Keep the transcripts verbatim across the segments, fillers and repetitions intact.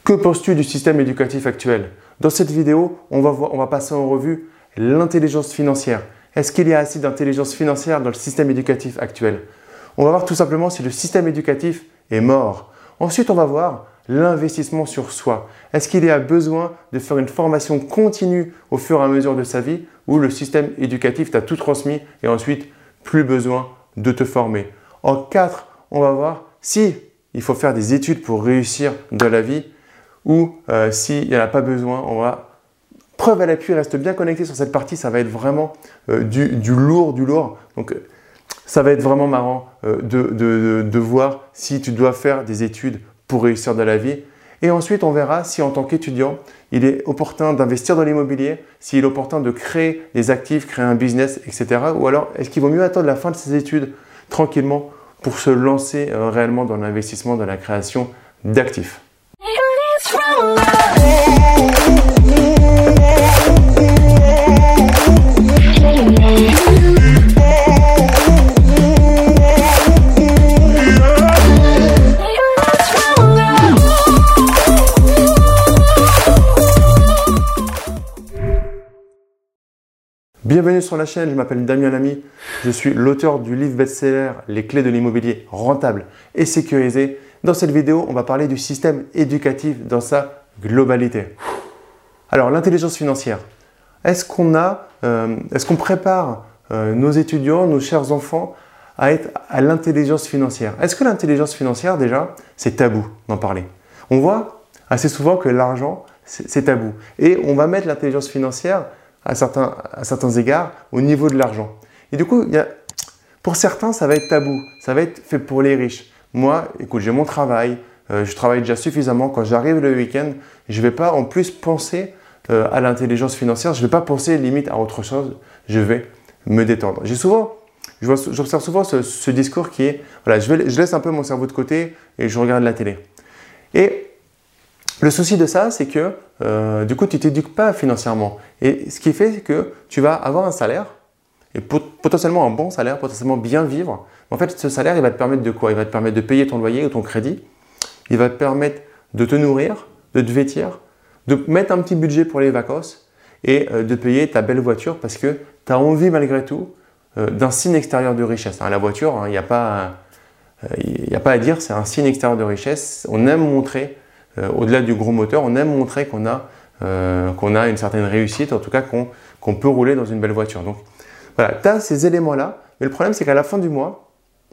Que penses-tu du système éducatif actuel? Dans cette vidéo, on va, voir, on va passer en revue l'intelligence financière. Est-ce qu'il y a assez d'intelligence financière dans le système éducatif actuel? On va voir tout simplement si le système éducatif est mort. Ensuite, on va voir l'investissement sur soi. Est-ce qu'il y a besoin de faire une formation continue au fur et à mesure de sa vie ou le système éducatif t'a tout transmis et ensuite plus besoin de te former? En quatre, on va voir si il faut faire des études pour réussir dans la vie ou euh, s'il n'y en a pas besoin. On va preuve à l'appui, reste bien connecté sur cette partie, ça va être vraiment euh, du, du lourd, du lourd. Donc euh, ça va être vraiment marrant euh, de, de, de, de voir si tu dois faire des études pour réussir dans la vie. Et ensuite, on verra si en tant qu'étudiant, il est opportun d'investir dans l'immobilier, s'il est opportun de créer des actifs, créer un business, et cetera. Ou alors, est-ce qu'il vaut mieux attendre la fin de ses études tranquillement pour se lancer euh, réellement dans l'investissement, dans la création d'actifs. Bienvenue sur la chaîne, je m'appelle Damien Lamy, je suis l'auteur du livre best-seller « Les clés de l'immobilier rentable et sécurisé ». Dans cette vidéo, on va parler du système éducatif dans sa globalité. Alors, l'intelligence financière. Est-ce qu'on a, euh, est-ce qu'on prépare euh, nos étudiants, nos chers enfants à être à l'intelligence financière? Est-ce que l'intelligence financière, déjà, c'est tabou d'en parler? On voit assez souvent que l'argent, c'est tabou. Et on va mettre l'intelligence financière à certains, à certains égards au niveau de l'argent. Et du coup, il y a, pour certains, ça va être tabou. Ça va être fait pour les riches. Moi, écoute, j'ai mon travail. Euh, je travaille déjà suffisamment. Quand j'arrive le week-end, je ne vais pas en plus penser euh, à l'intelligence financière. Je ne vais pas penser limite à autre chose. Je vais me détendre. J'ai souvent, j'observe souvent ce, ce discours qui est, voilà, je, vais, je laisse un peu mon cerveau de côté et je regarde la télé. Et le souci de ça, c'est que euh, du coup, tu ne t'éduques pas financièrement. Et ce qui fait que tu vas avoir un salaire, et potentiellement un bon salaire, potentiellement bien vivre. En fait, ce salaire, il va te permettre de quoi? Il va te permettre de payer ton loyer ou ton crédit. Il va te permettre de te nourrir, de te vêtir, de mettre un petit budget pour les vacances et euh, de payer ta belle voiture parce que tu as envie malgré tout euh, d'un signe extérieur de richesse. Hein, la voiture, il n'y a, euh, a pas à dire, c'est un signe extérieur de richesse. On aime montrer Euh, au-delà du gros moteur, on aime montrer qu'on a, euh, qu'on a une certaine réussite, en tout cas qu'on qu'on peut rouler dans une belle voiture. Donc voilà, tu as ces éléments-là, mais le problème c'est qu'à la fin du mois,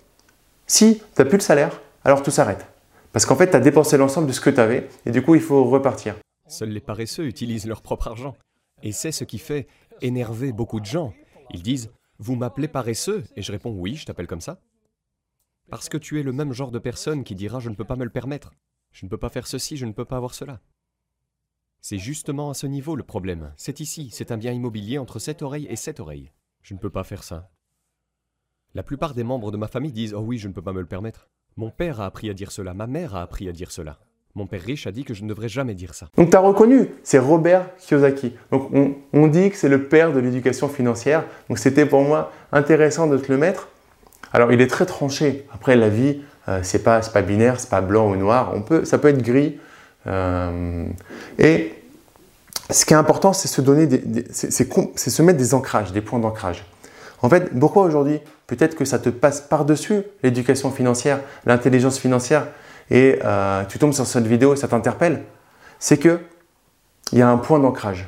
si tu n'as plus de salaire, alors tout s'arrête. Parce qu'en fait, tu as dépensé l'ensemble de ce que tu avais et du coup, il faut repartir. Seuls les paresseux utilisent leur propre argent. Et c'est ce qui fait énerver beaucoup de gens. Ils disent « Vous m'appelez paresseux ?» Et je réponds « Oui, je t'appelle comme ça. » Parce que tu es le même genre de personne qui dira « Je ne peux pas me le permettre. » Je ne peux pas faire ceci, je ne peux pas avoir cela. C'est justement à ce niveau le problème. C'est ici, c'est un bien immobilier entre cette oreille et cette oreille. Je ne peux pas faire ça. La plupart des membres de ma famille disent « Oh oui, je ne peux pas me le permettre. » Mon père a appris à dire cela, ma mère a appris à dire cela. Mon père riche a dit que je ne devrais jamais dire ça. Donc tu as reconnu, c'est Robert Kiyosaki. Donc on, on dit que c'est le père de l'éducation financière. Donc c'était pour moi intéressant de te le mettre. Alors il est très tranché. Après la vie, Euh, c'est pas, c'est pas binaire, c'est pas blanc ou noir, on peut, ça peut être gris. Euh, et ce qui est important, c'est se donner des, des, c'est, c'est, c'est se mettre des ancrages, des points d'ancrage. En fait, pourquoi aujourd'hui, peut-être que ça te passe par-dessus l'éducation financière, l'intelligence financière, et euh, tu tombes sur cette vidéo et ça t'interpelle, c'est que il y a un point d'ancrage,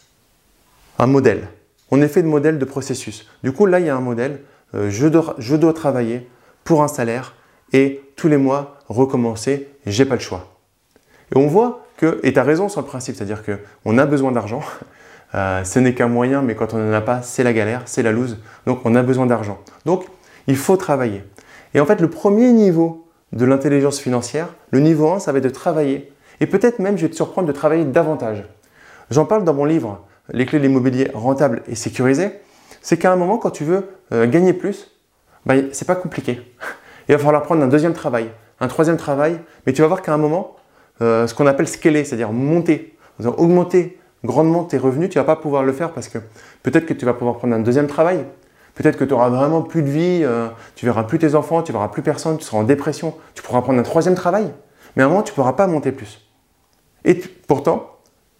un modèle. On est fait de modèle de processus. Du coup, là, il y a un modèle. Euh, je dois, je dois travailler pour un salaire. Et tous les mois, recommencer, j'ai pas le choix. Et on voit que, et tu as raison sur le principe, c'est-à-dire qu'on a besoin d'argent, euh, ce n'est qu'un moyen, mais quand on n'en a pas, c'est la galère, c'est la loose, donc on a besoin d'argent. Donc, il faut travailler. Et en fait, le premier niveau de l'intelligence financière, le niveau un, ça va être de travailler. Et peut-être même, je vais te surprendre de travailler davantage. J'en parle dans mon livre, Les clés de l'immobilier rentable et sécurisé. C'est qu'à un moment, quand tu veux euh, gagner plus, bah, c'est pas compliqué. Il va falloir prendre un deuxième travail, un troisième travail, mais tu vas voir qu'à un moment, euh, ce qu'on appelle scaler, c'est-à-dire monter, augmenter grandement tes revenus, tu ne vas pas pouvoir le faire parce que peut-être que tu vas pouvoir prendre un deuxième travail, peut-être que tu n'auras vraiment plus de vie, euh, tu ne verras plus tes enfants, tu ne verras plus personne, tu seras en dépression, tu pourras prendre un troisième travail, mais à un moment, tu ne pourras pas monter plus. Et tu, pourtant,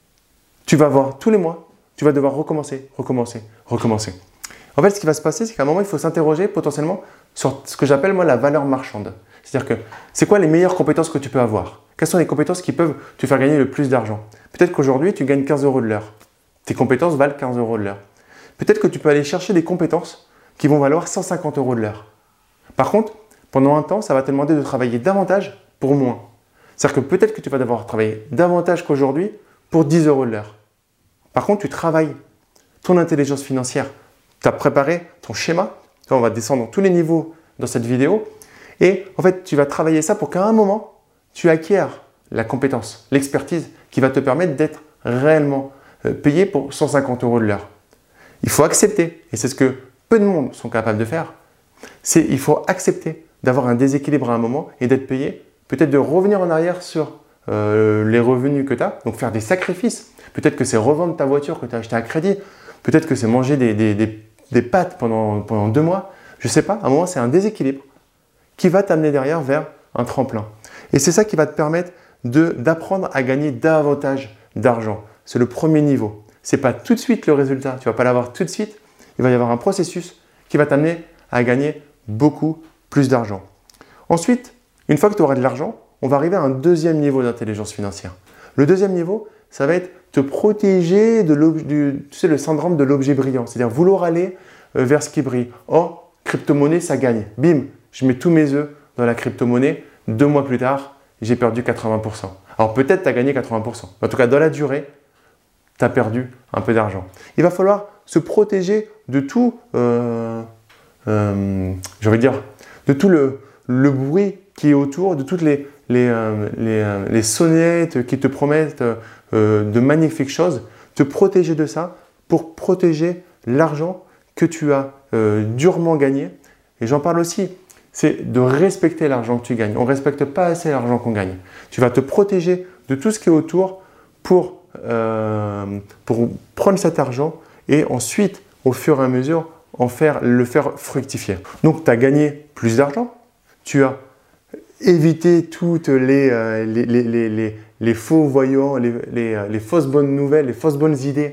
tu vas voir tous les mois, tu vas devoir recommencer, recommencer, recommencer. En fait, ce qui va se passer, c'est qu'à un moment, il faut s'interroger potentiellement sur ce que j'appelle moi la valeur marchande. C'est-à-dire que c'est quoi les meilleures compétences que tu peux avoir? Quelles sont les compétences qui peuvent te faire gagner le plus d'argent? Peut-être qu'aujourd'hui, tu gagnes quinze euros de l'heure. Tes compétences valent quinze euros de l'heure. Peut-être que tu peux aller chercher des compétences qui vont valoir cent cinquante euros de l'heure. Par contre, pendant un temps, ça va te demander de travailler davantage pour moins. C'est-à-dire que peut-être que tu vas devoir travailler davantage qu'aujourd'hui pour dix euros de l'heure. Par contre, tu travailles ton intelligence financière. Tu as préparé ton schéma. On va descendre dans tous les niveaux dans cette vidéo. Et en fait, tu vas travailler ça pour qu'à un moment, tu acquières la compétence, l'expertise qui va te permettre d'être réellement payé pour cent cinquante euros de l'heure. Il faut accepter, et c'est ce que peu de monde sont capables de faire, c'est il faut accepter d'avoir un déséquilibre à un moment et d'être payé, peut-être de revenir en arrière sur euh, les revenus que tu as, donc faire des sacrifices. Peut-être que c'est revendre ta voiture que tu as achetée à crédit, peut-être que c'est manger des, des, des, des pâtes pendant, pendant deux mois, je ne sais pas, à un moment c'est un déséquilibre qui va t'amener derrière vers un tremplin. Et c'est ça qui va te permettre d'apprendre à gagner davantage d'argent. C'est le premier niveau. Ce n'est pas tout de suite le résultat, tu ne vas pas l'avoir tout de suite. Il va y avoir un processus qui va t'amener à gagner beaucoup plus d'argent. Ensuite, une fois que tu auras de l'argent, on va arriver à un deuxième niveau d'intelligence financière. Le deuxième niveau, ça va être te protéger de du, tu sais, le syndrome de l'objet brillant, c'est-à-dire vouloir aller vers ce qui brille. Oh, crypto-monnaie, ça gagne. Bim, je mets tous mes œufs dans la crypto-monnaie. Deux mois plus tard, j'ai perdu quatre-vingts pour cent. Alors peut-être tu as gagné quatre-vingts pour cent. En tout cas, dans la durée, tu as perdu un peu d'argent. Il va falloir se protéger de tout, euh, euh, j'ai envie de dire, de tout le, le bruit qui est autour, de toutes les, les, euh, les, euh, les sonnettes qui te promettent euh, de magnifiques choses. Te protéger de ça pour protéger l'argent que tu as euh, durement gagné. Et j'en parle aussi, c'est de respecter l'argent que tu gagnes. On ne respecte pas assez l'argent qu'on gagne. Tu vas te protéger de tout ce qui est autour pour, euh, pour prendre cet argent et ensuite, au fur et à mesure, en faire, le faire fructifier. Donc, tu as gagné plus d'argent, tu as évité toutes les, euh, les, les, les, les, les faux voyants, les, les, les fausses bonnes nouvelles, les fausses bonnes idées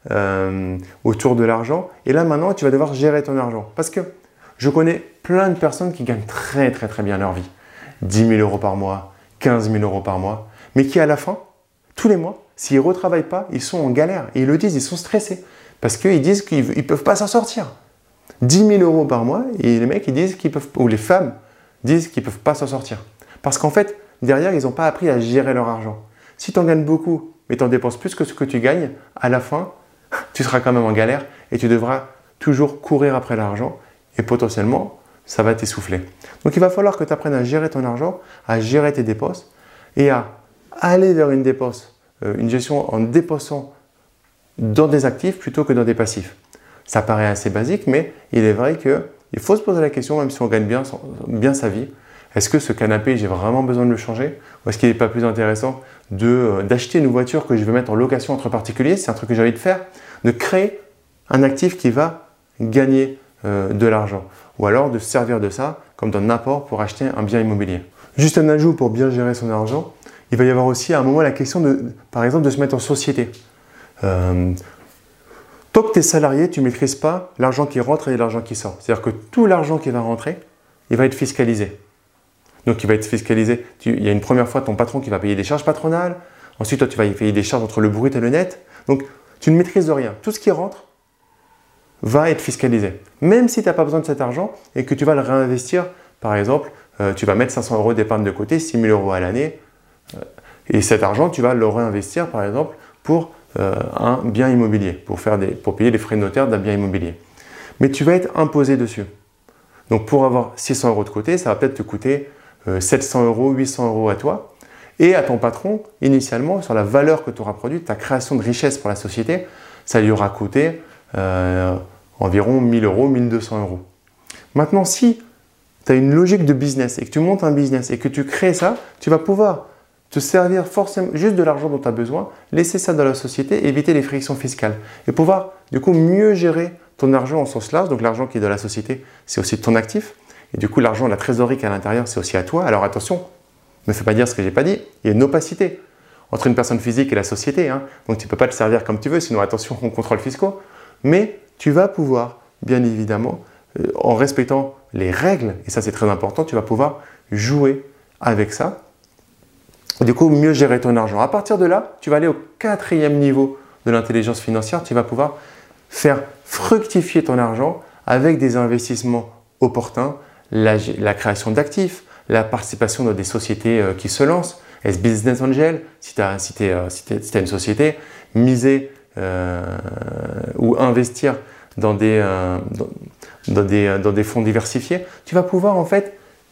euh, autour de l'argent. Et là, maintenant, tu vas devoir gérer ton argent. Parce que je connais plein de personnes qui gagnent très, très, très bien leur vie. dix mille euros par mois, quinze mille euros par mois, mais qui, à la fin, tous les mois, s'ils ne retravaillent pas, ils sont en galère. Et ils le disent, ils sont stressés. Parce qu'ils disent qu'ils ne peuvent pas s'en sortir. dix mille euros par mois, et les mecs, ils disent qu'ils peuvent, ou les femmes disent qu'ils ne peuvent pas s'en sortir. Parce qu'en fait, derrière, ils n'ont pas appris à gérer leur argent. Si tu en gagnes beaucoup, mais tu en dépenses plus que ce que tu gagnes, à la fin, tu seras quand même en galère et tu devras toujours courir après l'argent et potentiellement, ça va t'essouffler. Donc, il va falloir que tu apprennes à gérer ton argent, à gérer tes dépenses et à aller vers une dépense, euh, une gestion en dépensant dans des actifs plutôt que dans des passifs. Ça paraît assez basique, mais il est vrai qu'il faut se poser la question, même si on gagne bien, bien sa vie, est-ce que ce canapé, j'ai vraiment besoin de le changer? Ou est-ce qu'il n'est pas plus intéressant de, d'acheter une voiture que je vais mettre en location entre particuliers? C'est un truc que j'ai envie de faire, de créer un actif qui va gagner euh, de l'argent. Ou alors de se servir de ça comme d'un apport pour acheter un bien immobilier. Juste un ajout pour bien gérer son argent, il va y avoir aussi à un moment la question, de, par exemple, de se mettre en société. Euh, tant que tu es salarié, tu ne maîtrises pas l'argent qui rentre et l'argent qui sort. C'est-à-dire que tout l'argent qui va rentrer, il va être fiscalisé. Donc, il va être fiscalisé. Tu, il y a une première fois ton patron qui va payer des charges patronales. Ensuite, toi, tu vas payer des charges entre le brut et le net. Donc, tu ne maîtrises rien. Tout ce qui rentre va être fiscalisé. Même si tu n'as pas besoin de cet argent et que tu vas le réinvestir, par exemple, euh, tu vas mettre cinq cents euros d'épargne de côté, six mille euros à l'année. Euh, et cet argent, tu vas le réinvestir, par exemple, pour euh, un bien immobilier, pour, faire des, pour payer les frais de notaire d'un bien immobilier. Mais tu vas être imposé dessus. Donc, pour avoir six cents euros de côté, ça va peut-être te coûter euh, sept cents euros, huit cents euros à toi et à ton patron, initialement, sur la valeur que tu auras produite, ta création de richesse pour la société, ça lui aura coûté euh, environ mille euros, mille deux cents euros. Maintenant, si tu as une logique de business et que tu montes un business et que tu crées ça, tu vas pouvoir te servir forcément juste de l'argent dont tu as besoin, laisser ça dans la société, éviter les frictions fiscales et pouvoir du coup mieux gérer ton argent en sens large. Donc l'argent qui est dans la société, c'est aussi ton actif. Et du coup, l'argent, la trésorerie qui est à l'intérieur, c'est aussi à toi. Alors attention, ne me fais pas dire ce que je n'ai pas dit. Il y a une opacité entre une personne physique et la société. Hein. Donc tu ne peux pas te servir comme tu veux, sinon attention aux contrôles fiscaux. Mais tu vas pouvoir, bien évidemment, euh, en respectant les règles, et ça c'est très important, tu vas pouvoir jouer avec ça. Du coup, mieux gérer ton argent. À partir de là, tu vas aller au quatrième niveau de l'intelligence financière. Tu vas pouvoir faire fructifier ton argent avec des investissements opportuns, la, la création d'actifs, la participation dans des sociétés euh, qui se lancent, est-ce business angel, si tu as si t'es, euh, si t'es, si t'es une société, miser euh, ou investir dans des, euh, dans, dans, des, dans des fonds diversifiés, tu vas pouvoir en fait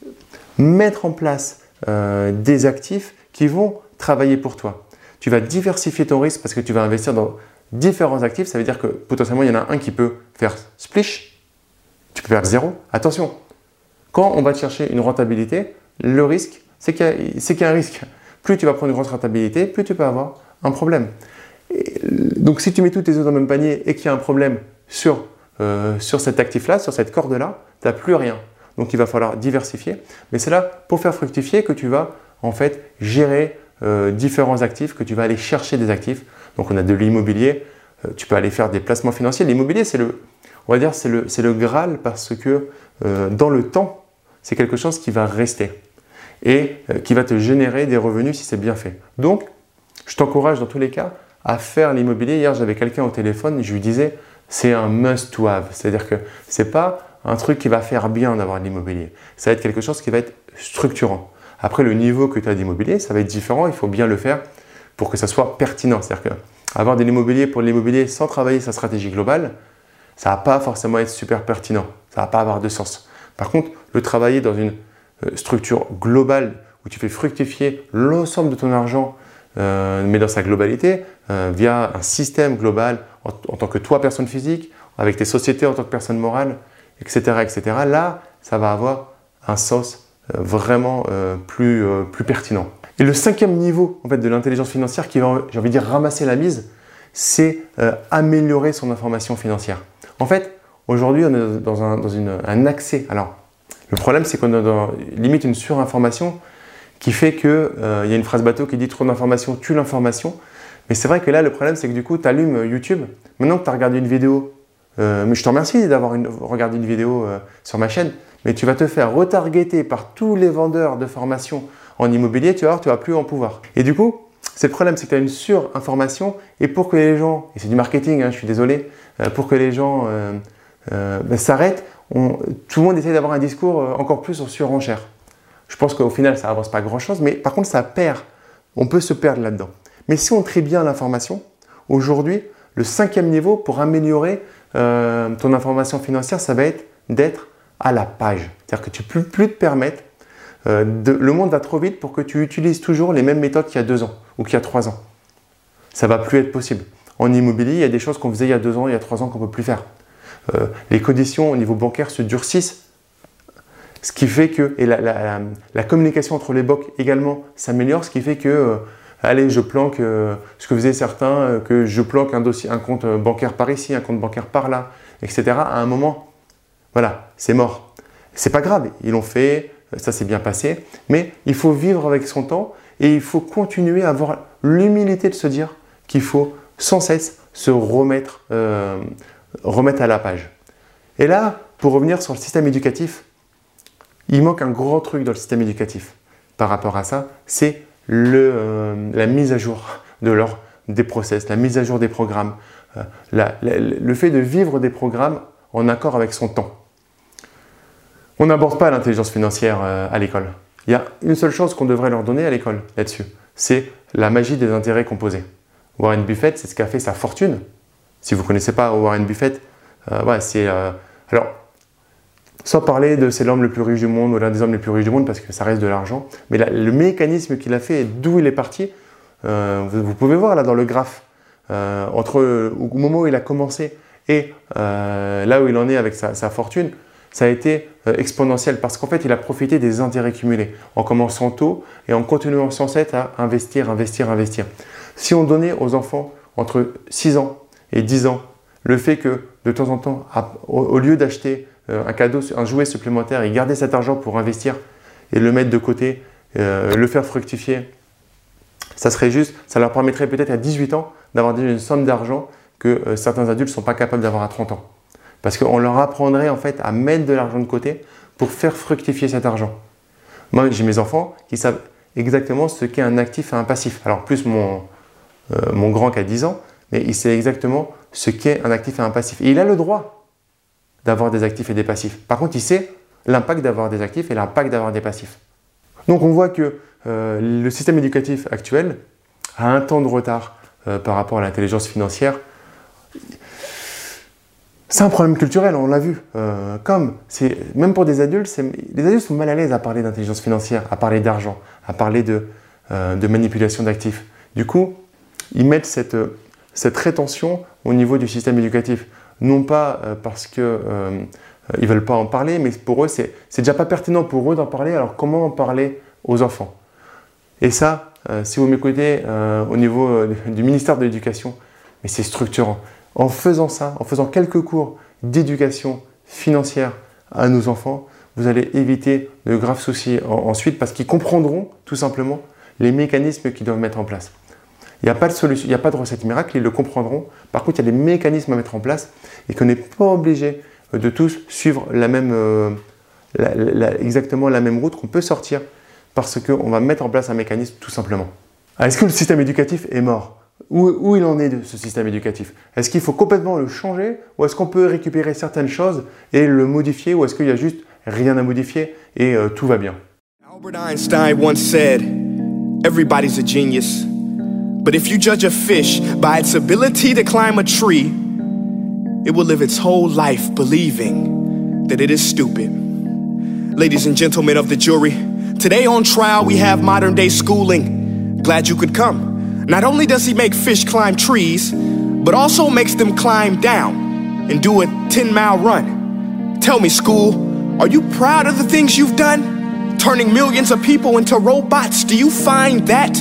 mettre en place euh, des actifs qui vont travailler pour toi. Tu vas diversifier ton risque parce que tu vas investir dans différents actifs. Ça veut dire que potentiellement, il y en a un qui peut faire splish, tu peux faire zéro. Attention, quand on va te chercher une rentabilité, le risque, c'est qu'il y a, c'est qu'il y a un risque. Plus tu vas prendre une grosse rentabilité, plus tu peux avoir un problème. Et donc, si tu mets tous tes œufs dans le même panier et qu'il y a un problème sur, euh, sur cet actif-là, sur cette corde-là, tu n'as plus rien. Donc, il va falloir diversifier. Mais c'est là, pour faire fructifier, que tu vas en fait gérer euh, différents actifs, que tu vas aller chercher des actifs. Donc, on a de l'immobilier, euh, tu peux aller faire des placements financiers. L'immobilier, c'est le, on va dire, c'est le, c'est le Graal parce que euh, dans le temps, c'est quelque chose qui va rester et euh, qui va te générer des revenus si c'est bien fait. Donc, je t'encourage dans tous les cas à faire l'immobilier. Hier, j'avais quelqu'un au téléphone, je lui disais, c'est un must to have. C'est-à-dire que ce n'est pas un truc qui va faire bien d'avoir de l'immobilier. Ça va être quelque chose qui va être structurant. Après, le niveau que tu as d'immobilier, ça va être différent. Il faut bien le faire pour que ça soit pertinent. C'est-à-dire qu'avoir de l'immobilier pour de l'immobilier sans travailler sa stratégie globale, ça ne va pas forcément être super pertinent. Ça ne va pas avoir de sens. Par contre, le travailler dans une structure globale où tu fais fructifier l'ensemble de ton argent, euh, mais dans sa globalité, euh, via un système global en, en tant que toi, personne physique, avec tes sociétés en tant que personne morale, et cetera, et cetera. Là, ça va avoir un sens euh, vraiment euh, plus, euh, plus pertinent. Et le cinquième niveau en fait, de l'intelligence financière qui va, j'ai envie de dire, ramasser la mise, c'est euh, améliorer son information financière. En fait, aujourd'hui, on est dans un, dans une, un accès. Alors, le problème, c'est qu'on a dans, limite une surinformation qui fait qu'il euh, y a une phrase bateau qui dit « trop d'informations tue l'information ». Mais c'est vrai que là, le problème, c'est que du coup, tu allumes YouTube. Maintenant que tu as regardé une vidéo, euh, mais je te remercie d'avoir une, regardé une vidéo euh, sur ma chaîne, mais tu vas te faire retargeter par tous les vendeurs de formation en immobilier, tu vas voir, tu vas plus en pouvoir. Et du coup, c'est le problème, c'est que tu as une surinformation et pour que les gens, et c'est du marketing, hein, je suis désolé, euh, pour que les gens euh, euh, ben, s'arrêtent, on, tout le monde essaie d'avoir un discours euh, encore plus en surenchère. Je pense qu'au final, ça avance pas grand-chose, mais par contre, ça perd. On peut se perdre là-dedans. Mais si on trie bien l'information, aujourd'hui, le cinquième niveau pour améliorer euh, ton information financière, ça va être d'être à la page. C'est-à-dire que tu ne peux plus te permettre, euh, de, le monde va trop vite pour que tu utilises toujours les mêmes méthodes qu'il y a deux ans ou qu'il y a trois ans. Ça ne va plus être possible. En immobilier, il y a des choses qu'on faisait il y a deux ans, il y a trois ans qu'on ne peut plus faire. Euh, les conditions au niveau bancaire se durcissent, ce qui fait que, et la, la, la, la communication entre les banques également s'améliore, ce qui fait que, euh, allez, je planque, euh, ce que faisaient certains, euh, que je planque un, dossier, un compte bancaire par ici, un compte bancaire par là, et cetera. À un moment, voilà, c'est mort. C'est pas grave, ils l'ont fait, ça s'est bien passé, mais il faut vivre avec son temps et il faut continuer à avoir l'humilité de se dire qu'il faut sans cesse se remettre, euh, remettre à la page. Et là, pour revenir sur le système éducatif, il manque un gros truc dans le système éducatif par rapport à ça, c'est le, euh, la mise à jour de leur, des process, la mise à jour des programmes, euh, la, la, le fait de vivre des programmes en accord avec son temps. On n'aborde pas l'intelligence financière euh, à l'école. Il y a une seule chose qu'on devrait leur donner à l'école là-dessus, c'est la magie des intérêts composés. Warren Buffett, c'est ce qu'a fait sa fortune. Si vous ne connaissez pas Warren Buffett, euh, ouais, c'est… Euh, alors, sans parler de c'est l'homme le plus riche du monde ou l'un des hommes les plus riches du monde parce que ça reste de l'argent, mais la, le mécanisme qu'il a fait et d'où il est parti, euh, vous, vous pouvez voir là dans le graphe, euh, entre euh, au moment où il a commencé et euh, là où il en est avec sa, sa fortune, ça a été euh, exponentiel parce qu'en fait il a profité des intérêts cumulés en commençant tôt et en continuant sans cesse à investir, investir, investir. Si on donnait aux enfants entre six ans et dix ans le fait que de temps en temps, à, au, au lieu d'acheter un cadeau, un jouet supplémentaire et garder cet argent pour investir et le mettre de côté, euh, le faire fructifier Ça serait juste, ça leur permettrait peut-être à dix-huit ans d'avoir déjà une somme d'argent que euh, certains adultes ne sont pas capables d'avoir à trente ans. Parce qu'on leur apprendrait en fait à mettre de l'argent de côté pour faire fructifier cet argent. Moi, j'ai mes enfants qui savent exactement ce qu'est un actif et un passif. Alors plus mon, euh, mon grand qui a dix ans, mais il sait exactement ce qu'est un actif et un passif. Et il a le droit d'avoir des actifs et des passifs. Par contre, il sait l'impact d'avoir des actifs et l'impact d'avoir des passifs. Donc on voit que euh, le système éducatif actuel a un temps de retard euh, par rapport à l'intelligence financière. C'est un problème culturel, on l'a vu. Euh, comme, même pour des adultes, les adultes sont mal à l'aise à parler d'intelligence financière, à parler d'argent, à parler de, euh, de manipulation d'actifs. Du coup, ils mettent cette, cette rétention au niveau du système éducatif. Non pas euh, parce qu'ils euh, ne veulent pas en parler, mais pour eux, c'est déjà pas pertinent pour eux d'en parler, alors comment en parler aux enfants? Et ça, euh, si vous m'écoutez euh, au niveau euh, du ministère de l'Éducation, mais c'est structurant. En faisant ça, en faisant quelques cours d'éducation financière à nos enfants, vous allez éviter de graves soucis ensuite parce qu'ils comprendront tout simplement les mécanismes qu'ils doivent mettre en place. Il n'y a pas de solution, il n'y a pas de recette miracle, ils le comprendront. Par contre, il y a des mécanismes à mettre en place et qu'on n'est pas obligé de tous suivre la même, euh, la, la, exactement la même route, qu'on peut sortir parce qu'on va mettre en place un mécanisme tout simplement. Est-ce que le système éducatif est mort ? Où, où il en est de ce système éducatif? Est-ce qu'il faut complètement le changer ou est-ce qu'on peut récupérer certaines choses et le modifier ou est-ce qu'il y a juste rien à modifier et euh, tout va bien? Albert Einstein once said, "Everybody's a genius, but if you judge a fish by its ability to climb a tree, it will live its whole life believing that it is stupid." Ladies and gentlemen of the jury, today on trial we have modern day schooling. Glad you could come. Not only does he make fish climb trees, but also makes them climb down and do a ten mile run. Tell me, school, are you proud of the things you've done? Turning millions of people into robots, do you find that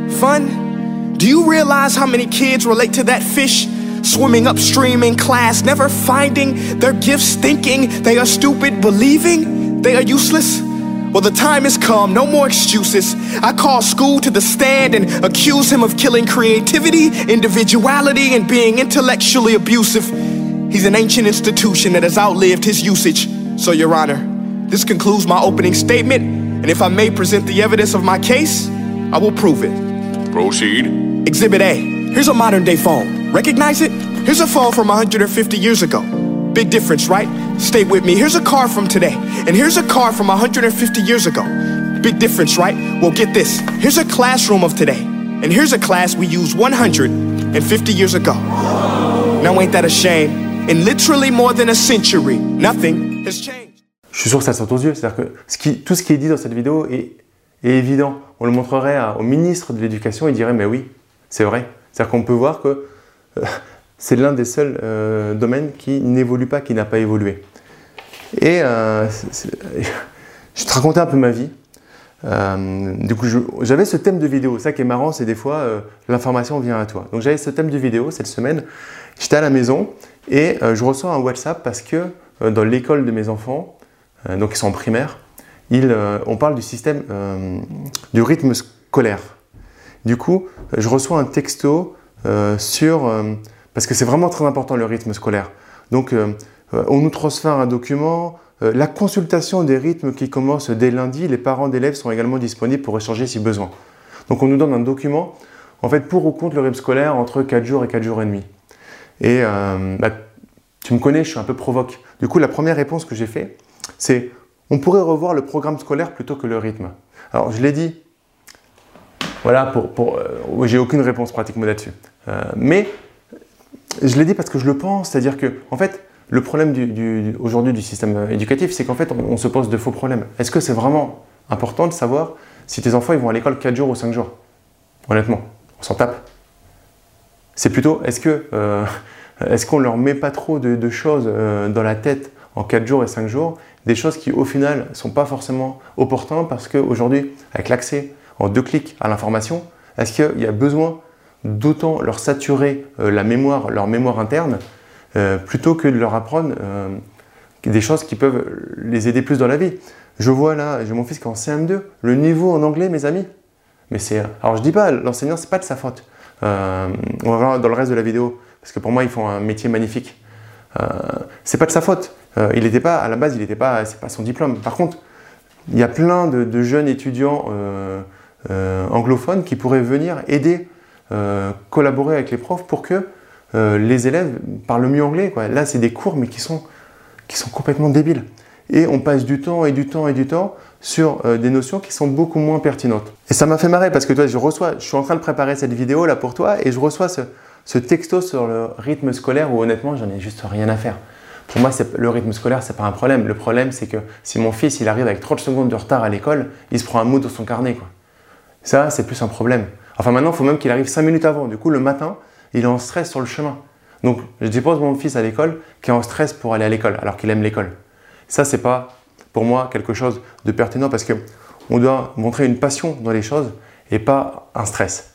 fun? Do you realize how many kids relate to that fish? Swimming upstream in class, never finding their gifts, thinking they are stupid, believing they are useless? Well, the time has come, no more excuses. I call school to the stand and accuse him of killing creativity, individuality, and being intellectually abusive. He's an ancient institution that has outlived his usage. So, Your Honor, this concludes my opening statement, and if I may present the evidence of my case, I will prove it. Proceed. Exhibit A. Here's a modern-day phone. Recognize it? Here's a phone from one hundred fifty years ago. Big difference, right? Stay with me. Here's a car from today, and here's a car from one hundred fifty years ago. Big difference, right? Well, get this. Here's a classroom of today, and here's a class we used one hundred fifty years ago. Now, ain't that a shame? In literally more than a century, nothing has changed. Je suis sûr que ça saute aux yeux. C'est-à-dire que ce qui, tout ce qui est dit dans cette vidéo est, est évident. On le montrerait à, au ministre de l'Éducation, il dirait « mais oui, c'est vrai ». C'est-à-dire qu'on peut voir que euh, c'est l'un des seuls euh, domaines qui n'évolue pas, qui n'a pas évolué. Et euh, je vais te raconter un peu ma vie. Euh, du coup, j'avais ce thème de vidéo. Ça qui est marrant, c'est des fois, euh, l'information vient à toi. Donc j'avais ce thème de vidéo cette semaine. J'étais à la maison et euh, je reçois un WhatsApp parce que euh, dans l'école de mes enfants, euh, donc ils sont en primaire, ils, euh, on parle du système euh, du rythme scolaire. Du coup, je reçois un texto euh, sur... Euh, parce que c'est vraiment très important le rythme scolaire. Donc, euh, on nous transfère un document. Euh, la consultation des rythmes qui commence dès lundi, les parents d'élèves sont également disponibles pour échanger si besoin. Donc, on nous donne un document, en fait, pour ou contre le rythme scolaire entre quatre jours et quatre jours et demi. Et euh, bah, tu me connais, je suis un peu provoque. Du coup, la première réponse que j'ai fait, c'est on pourrait revoir le programme scolaire plutôt que le rythme. Alors, je l'ai dit. Voilà, pour, pour, euh, j'ai aucune réponse pratiquement là-dessus. Euh, mais je l'ai dit parce que je le pense, c'est-à-dire que, en fait, le problème du, du, aujourd'hui du système éducatif, c'est qu'en fait, on, on se pose de faux problèmes. Est-ce que c'est vraiment important de savoir si tes enfants ils vont à l'école quatre jours ou cinq jours? Honnêtement, on s'en tape. C'est plutôt, est-ce que, euh, est-ce qu'on leur met pas trop de, de choses euh, dans la tête en quatre jours et cinq jours, des choses qui, au final, sont pas forcément opportunes parce qu'aujourd'hui, avec l'accès en deux clics à l'information, est-ce qu'il y a besoin d'autant leur saturer euh, la mémoire, leur mémoire interne, euh, plutôt que de leur apprendre euh, des choses qui peuvent les aider plus dans la vie. Je vois là, j'ai mon fils qui est en C M deux, le niveau en anglais, mes amis, Mais c'est, alors je dis pas, l'enseignant, c'est pas de sa faute. Euh, on va voir dans le reste de la vidéo, parce que pour moi, ils font un métier magnifique. Euh, c'est pas de sa faute. Euh, il n'était pas, à la base, il n'était pas, c'est pas son diplôme. Par contre, il y a plein de, de jeunes étudiants euh, euh, anglophones qui pourraient venir aider, euh, collaborer avec les profs pour que euh, les élèves parlent mieux anglais, quoi. Là, c'est des cours, mais qui sont, qui sont complètement débiles. Et on passe du temps et du temps et du temps sur euh, des notions qui sont beaucoup moins pertinentes. Et ça m'a fait marrer parce que toi, je reçois, je suis en train de préparer cette vidéo là pour toi et je reçois ce, ce texto sur le rythme scolaire où honnêtement, j'en ai juste rien à faire. Pour moi, le rythme scolaire, c'est pas un problème. Le problème, c'est que si mon fils il arrive avec trente secondes de retard à l'école, il se prend un mot dans son carnet, quoi. Ça, c'est plus un problème. Enfin, maintenant, il faut même qu'il arrive cinq minutes avant. Du coup, le matin, il est en stress sur le chemin. Donc, je dépose mon fils à l'école qui est en stress pour aller à l'école, alors qu'il aime l'école. Ça, c'est pas, pour moi, quelque chose de pertinent parce qu'on doit montrer une passion dans les choses et pas un stress.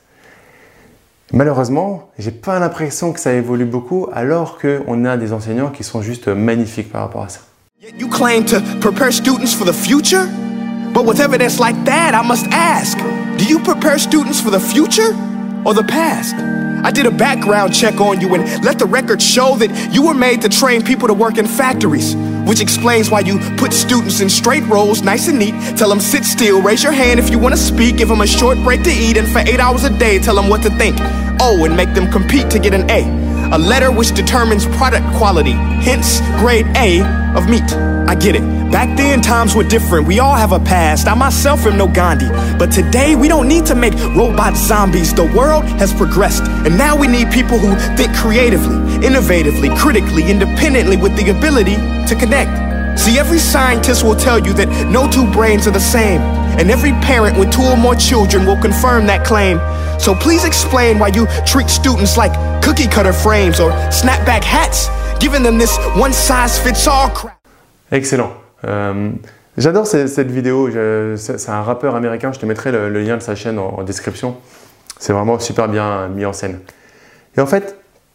Malheureusement, j'ai pas l'impression que ça évolue beaucoup alors qu'on a des enseignants qui sont juste magnifiques par rapport à ça. You claim to prepare students for the future? But with evidence like that, I must ask, do you prepare students for the future or the past? I did a background check on you and let the record show that you were made to train people to work in factories, which explains why you put students in straight rows, nice and neat, tell them sit still, raise your hand if you want to speak, give them a short break to eat, and for eight hours a day, tell them what to think. Oh, and make them compete to get an A, a letter which determines product quality, hence grade A of meat. I get it. Back then, times were different. We all have a past. I myself am no Gandhi. But today, we don't need to make robot zombies. The world has progressed. And now we need people who think creatively, innovatively, critically, independently, with the ability to connect. See, every scientist will tell you that no two brains are the same. And every parent with two or more children will confirm that claim. So please explain why you treat students like cookie cutter frames or snapback hats, giving them this one-size-fits-all crap. Excellent. Euh, J'adore cette, cette vidéo. C'est un rappeur américain. Je te mettrai le, le lien de sa chaîne en, en description. C'est vraiment super bien mis en scène. Et en fait,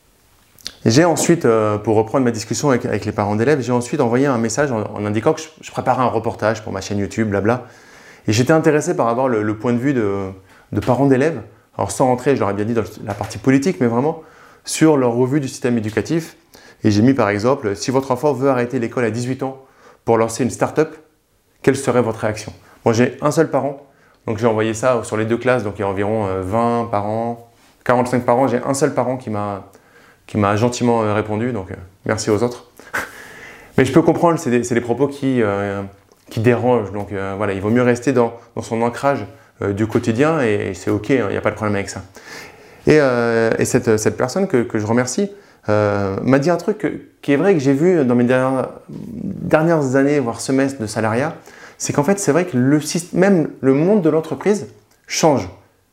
j'ai ensuite, euh, pour reprendre ma discussion avec, avec les parents d'élèves, j'ai ensuite envoyé un message en, en indiquant que je, je préparais un reportage pour ma chaîne YouTube, blabla. Et j'étais intéressé par avoir le, le point de vue de, de parents d'élèves. Alors sans rentrer, je leur ai bien dit dans la partie politique, mais vraiment sur leur revue du système éducatif. Et j'ai mis par exemple, si votre enfant veut arrêter l'école à dix-huit ans pour lancer une start-up, quelle serait votre réaction? Moi, j'ai un seul parent, donc j'ai envoyé ça sur les deux classes, donc il y a environ vingt parents, quarante-cinq parents. J'ai un seul parent qui m'a qui m'a gentiment répondu, donc euh, merci aux autres. Mais je peux comprendre, c'est des, des propos qui, euh, qui dérangent, donc euh, voilà, il vaut mieux rester dans, dans son ancrage euh, du quotidien et, et c'est ok, il hein, n'y a pas de problème avec ça. Et, euh, et cette, cette personne que, que je remercie, Euh, m'a dit un truc que, qui est vrai que j'ai vu dans mes dernières, dernières années, voire semestres de salariat, c'est qu'en fait, c'est vrai que le, même le monde de l'entreprise change.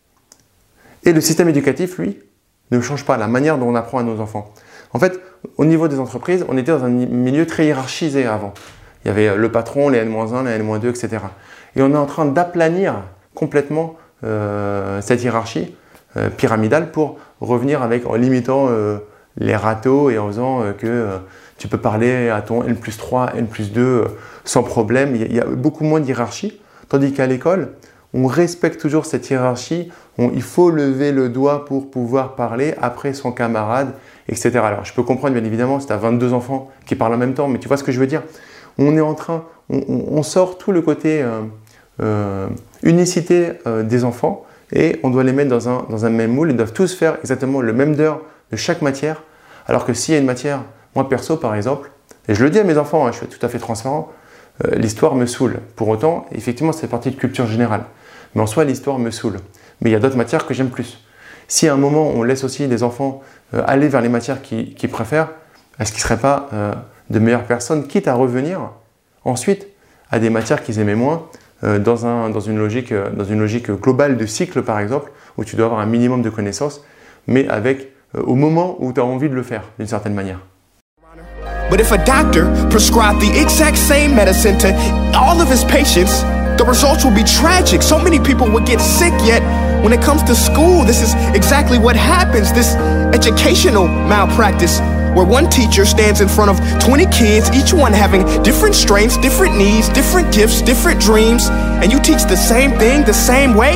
Et le système éducatif, lui, ne change pas la manière dont on apprend à nos enfants. En fait, au niveau des entreprises, on était dans un milieu très hiérarchisé avant. Il y avait le patron, les N moins un, les N moins deux, et cetera. Et on est en train d'aplanir complètement euh, cette hiérarchie euh, pyramidale pour revenir avec, en limitant euh, les râteaux et en faisant euh, que euh, tu peux parler à ton N plus trois, N plus deux euh, sans problème. Il y, a, il y a beaucoup moins de hiérarchie. Tandis qu'à l'école, on respecte toujours cette hiérarchie. On, il faut lever le doigt pour pouvoir parler après son camarade, et cetera. Alors, je peux comprendre, bien évidemment, si tu as vingt-deux enfants qui parlent en même temps, mais tu vois ce que je veux dire. On est en train, on, on sort tout le côté euh, euh, unicité euh, des enfants et on doit les mettre dans un, dans un même moule. Ils doivent tous faire exactement le même d'heure de chaque matière, alors que s'il y a une matière, moi perso par exemple, et je le dis à mes enfants, hein, je suis tout à fait transparent, euh, l'histoire me saoule. Pour autant, effectivement, c'est partie de culture générale. Mais en soi, l'histoire me saoule. Mais il y a d'autres matières que j'aime plus. Si à un moment, on laisse aussi les enfants euh, aller vers les matières qu'ils qu'ils préfèrent, est-ce qu'ils ne seraient pas euh, de meilleures personnes, quitte à revenir ensuite à des matières qu'ils aimaient moins, euh, dans, un, dans, une logique, euh, dans une logique globale de cycle par exemple, où tu dois avoir un minimum de connaissances, mais avec au moment où tu as envie de le faire, d'une certaine manière. But if a doctor prescribed the exact same medicine to all of his patients, the results will be tragic. So many people would get sick, yet when it comes to school, this is exactly what happens, this educational malpractice, where one teacher stands in front of twenty kids, each one having different strengths, different needs, different gifts, different dreams, and you teach the same thing the same way?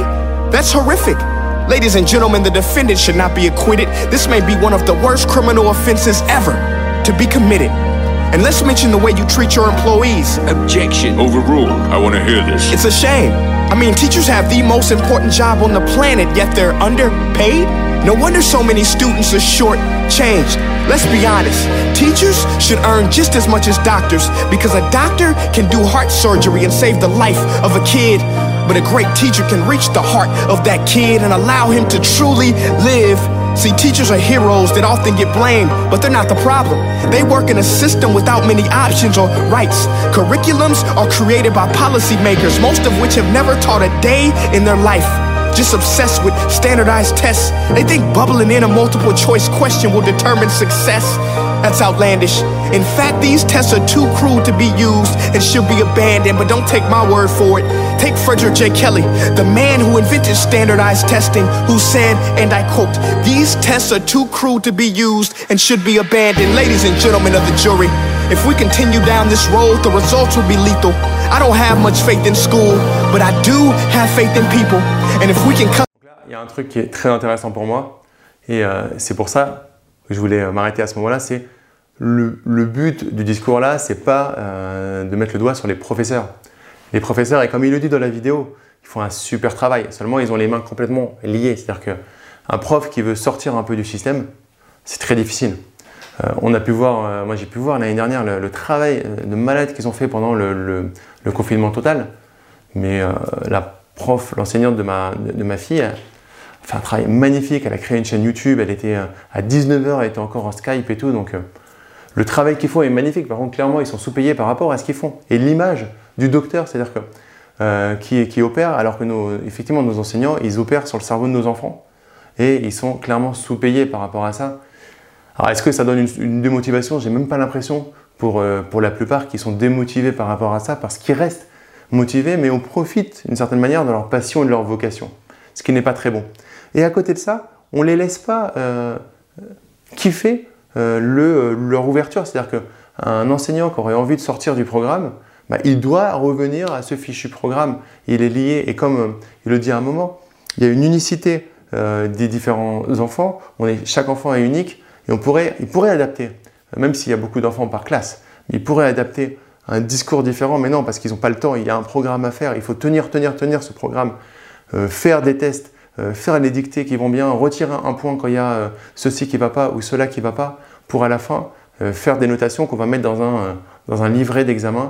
That's horrific. Ladies and gentlemen, the defendant should not be acquitted. This may be one of the worst criminal offenses ever to be committed. And let's mention the way you treat your employees. Objection. Overruled. I want to hear this. It's a shame. I mean, teachers have the most important job on the planet, yet they're underpaid? No wonder so many students are short-changed. Let's be honest, teachers should earn just as much as doctors, because a doctor can do heart surgery and save the life of a kid, but a great teacher can reach the heart of that kid and allow him to truly live. See, teachers are heroes that often get blamed, but they're not the problem. They work in a system without many options or rights. Curriculums are created by policymakers, most of which have never taught a day in their life. Just obsessed with standardized tests. They think bubbling in a multiple choice question will determine success. That's outlandish. In fact, these tests are too crude to be used and should be abandoned, but don't take my word for it. Take Frederick J. Kelly, the man who invented standardized testing, who said, and I quote, "These tests are too crude to be used and should be abandoned." Ladies and gentlemen of the jury, if we continue down this road, the results will be lethal. I don't have much faith in school, but I do have faith in people. And if we can cut... Il y a un truc qui est très intéressant pour moi, et euh, c'est pour ça que je voulais m'arrêter à ce moment-là, c'est le, le but du discours là, c'est pas euh, de mettre le doigt sur les professeurs. Les professeurs, et comme il le dit dans la vidéo, ils font un super travail, seulement ils ont les mains complètement liées. C'est-à-dire qu'un prof qui veut sortir un peu du système, c'est très difficile. Euh, on a pu voir, euh, moi j'ai pu voir l'année dernière le, le travail de malade qu'ils ont fait pendant le, le, le confinement total. Mais euh, la prof, l'enseignante de ma, de, de ma fille, a fait un travail magnifique. Elle a créé une chaîne YouTube, elle était euh, à dix-neuf heures, elle était encore en Skype et tout. Donc euh, le travail qu'ils font est magnifique. Par contre, clairement, ils sont sous-payés par rapport à ce qu'ils font. Et l'image du docteur, c'est-à-dire que euh, qui, qui opère, alors que nos, effectivement nos enseignants, ils opèrent sur le cerveau de nos enfants. Et ils sont clairement sous-payés par rapport à ça. Alors, est-ce que ça donne une, une démotivation? J'ai même pas l'impression pour, euh, pour la plupart qui sont démotivés par rapport à ça, parce qu'ils restent motivés, mais on profite d'une certaine manière de leur passion et de leur vocation, ce qui n'est pas très bon. Et à côté de ça, on ne les laisse pas euh, kiffer euh, le, leur ouverture. C'est-à-dire qu'un enseignant qui aurait envie de sortir du programme, bah, il doit revenir à ce fichu programme. Il est lié, et comme euh, il le dit à un moment, il y a une unicité euh, des différents enfants. On est, chaque enfant est unique. Et on pourrait, il pourrait adapter, même s'il y a beaucoup d'enfants par classe, mais il pourrait adapter un discours différent, mais non, parce qu'ils n'ont pas le temps, il y a un programme à faire, il faut tenir, tenir, tenir ce programme, euh, faire des tests, euh, faire les dictées qui vont bien, retirer un point quand il y a euh, ceci qui ne va pas ou cela qui ne va pas, pour à la fin euh, faire des notations qu'on va mettre dans un, euh, dans un livret d'examen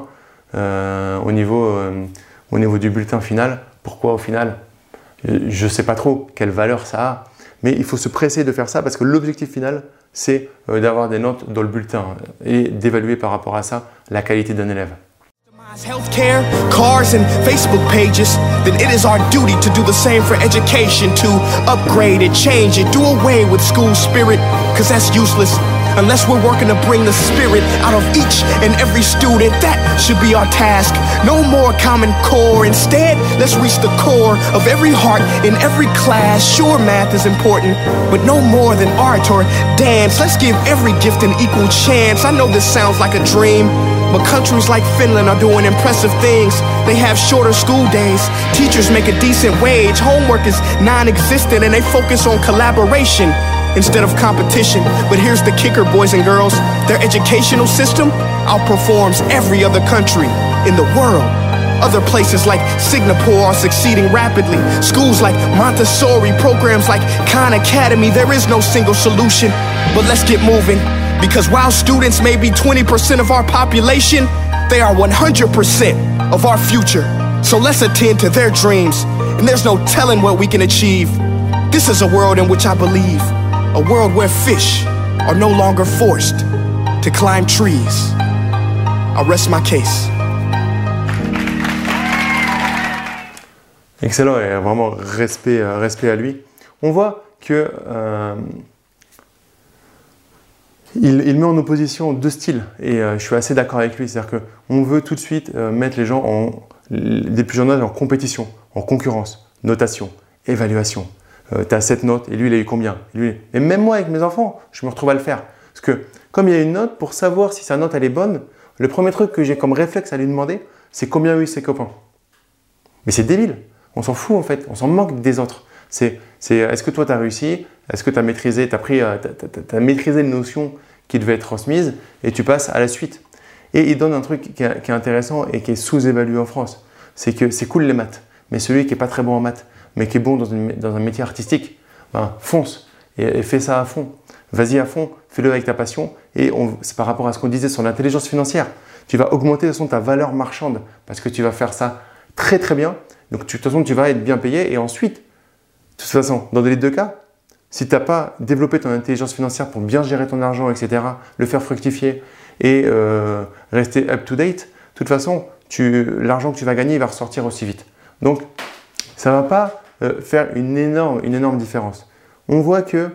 euh, au, niveau, euh, au niveau du bulletin final. Pourquoi au final? Je ne sais pas trop quelle valeur ça a, mais il faut se presser de faire ça parce que l'objectif final, c'est d'avoir des notes dans le bulletin et d'évaluer par rapport à ça la qualité d'un élève. Healthcare, cars, and Facebook pages, then it is our duty to do the same for education, to upgrade it, change it, do away with school spirit, because that's useless unless we're working to bring the spirit out of each and every student. That should be our task. No more Common Core. Instead, let's reach the core of every heart in every class. Sure, math is important, but no more than art or dance. Let's give every gift an equal chance. I know this sounds like a dream, but countries like Finland are doing impressive things. They have shorter school days. Teachers make a decent wage. Homework is non-existent, and they focus on collaboration instead of competition. But here's the kicker, boys and girls. Their educational system outperforms every other country in the world. Other places like Singapore are succeeding rapidly. Schools like Montessori, programs like Khan Academy, there is no single solution. But let's get moving, because while students may be twenty percent of our population, they are one hundred percent of our future. So let's attend to their dreams, and there's no telling what we can achieve. This is a world in which I believe, a world where fish are no longer forced to climb trees. I'll rest my case. Excellent, et vraiment respect, respect à lui. On voit que euh, il, il met en opposition deux styles, et euh, je suis assez d'accord avec lui. C'est-à-dire qu'on veut tout de suite euh, mettre les gens, en, les plus jeunes âges, en compétition, en concurrence, notation, évaluation. Euh, tu as cette note, et lui, il a eu combien? Et, lui, et même moi, avec mes enfants, je me retrouve à le faire. Parce que comme il y a une note, pour savoir si sa note elle est bonne, le premier truc que j'ai comme réflexe à lui demander, c'est combien ont eu ses copains. Mais c'est débile. On s'en fout en fait, on s'en moque des autres. C'est est-ce que toi tu as réussi? Est-ce que tu as maîtrisé, t'as pris, t'as, t'as, t'as maîtrisé une notion qui devait être transmise et tu passes à la suite. Et il donne un truc qui est, qui est intéressant et qui est sous-évalué en France. C'est que c'est cool les maths, mais celui qui n'est pas très bon en maths, mais qui est bon dans, une, dans un métier artistique, ben, fonce et, et fais ça à fond. Vas-y à fond, fais-le avec ta passion. Et c'est par rapport à ce qu'on disait sur l'intelligence financière. Tu vas augmenter de toute façon ta valeur marchande parce que tu vas faire ça très très bien. Donc tu, de toute façon, tu vas être bien payé. Et ensuite, de toute façon, dans les deux cas, si tu n'as pas développé ton intelligence financière pour bien gérer ton argent, et cetera, le faire fructifier et euh, rester up-to-date, de toute façon, l'argent que tu vas gagner, il va ressortir aussi vite. Donc, ça ne va pas euh, faire une énorme, une énorme différence. On voit que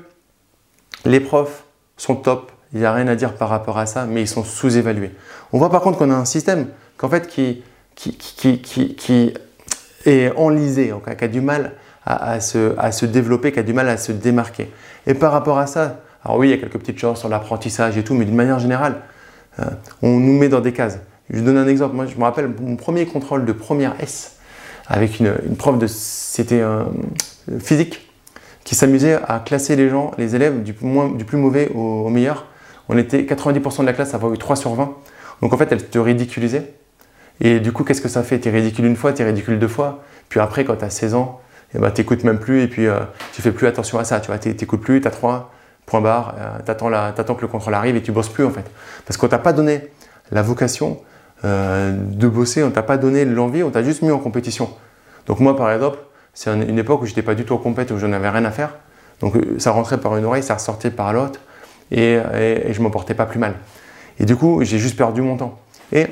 les profs sont top, il n'y a rien à dire par rapport à ça, mais ils sont sous-évalués. On voit par contre qu'on a un système qu'en fait, qui, qui, qui, qui, qui est enlisé, qui a du mal À, à, se, à se développer, qui a du mal à se démarquer. Et par rapport à ça, alors oui, il y a quelques petites choses sur l'apprentissage et tout, mais d'une manière générale, euh, on nous met dans des cases. Je vous donne un exemple. Moi, je me rappelle mon premier contrôle de première S avec une, une prof de c'était euh, physique qui s'amusait à classer les gens, les élèves du, moins, du plus mauvais au, au meilleur. On était quatre-vingt-dix pour cent de la classe à avoir eu trois sur vingt. Donc en fait, elle te ridiculisait. Et du coup, qu'est-ce que ça fait? Tu es ridicule une fois, tu es ridicule deux fois. Puis après, quand tu as seize ans, eh ben, tu n'écoutes même plus et puis euh, tu ne fais plus attention à ça. Tu n'écoutes plus, tu as trois points barres, euh, tu attends, attends que le contrôle arrive et tu ne bosses plus en fait. Parce qu'on ne t'a pas donné la vocation euh, de bosser, on ne t'a pas donné l'envie, on t'a juste mis en compétition. Donc moi par exemple, c'est une époque où je n'étais pas du tout en compétition, où je n'avais rien à faire. Donc ça rentrait par une oreille, ça ressortait par l'autre et, et, et je ne m'en portais pas plus mal. Et du coup, j'ai juste perdu mon temps. Et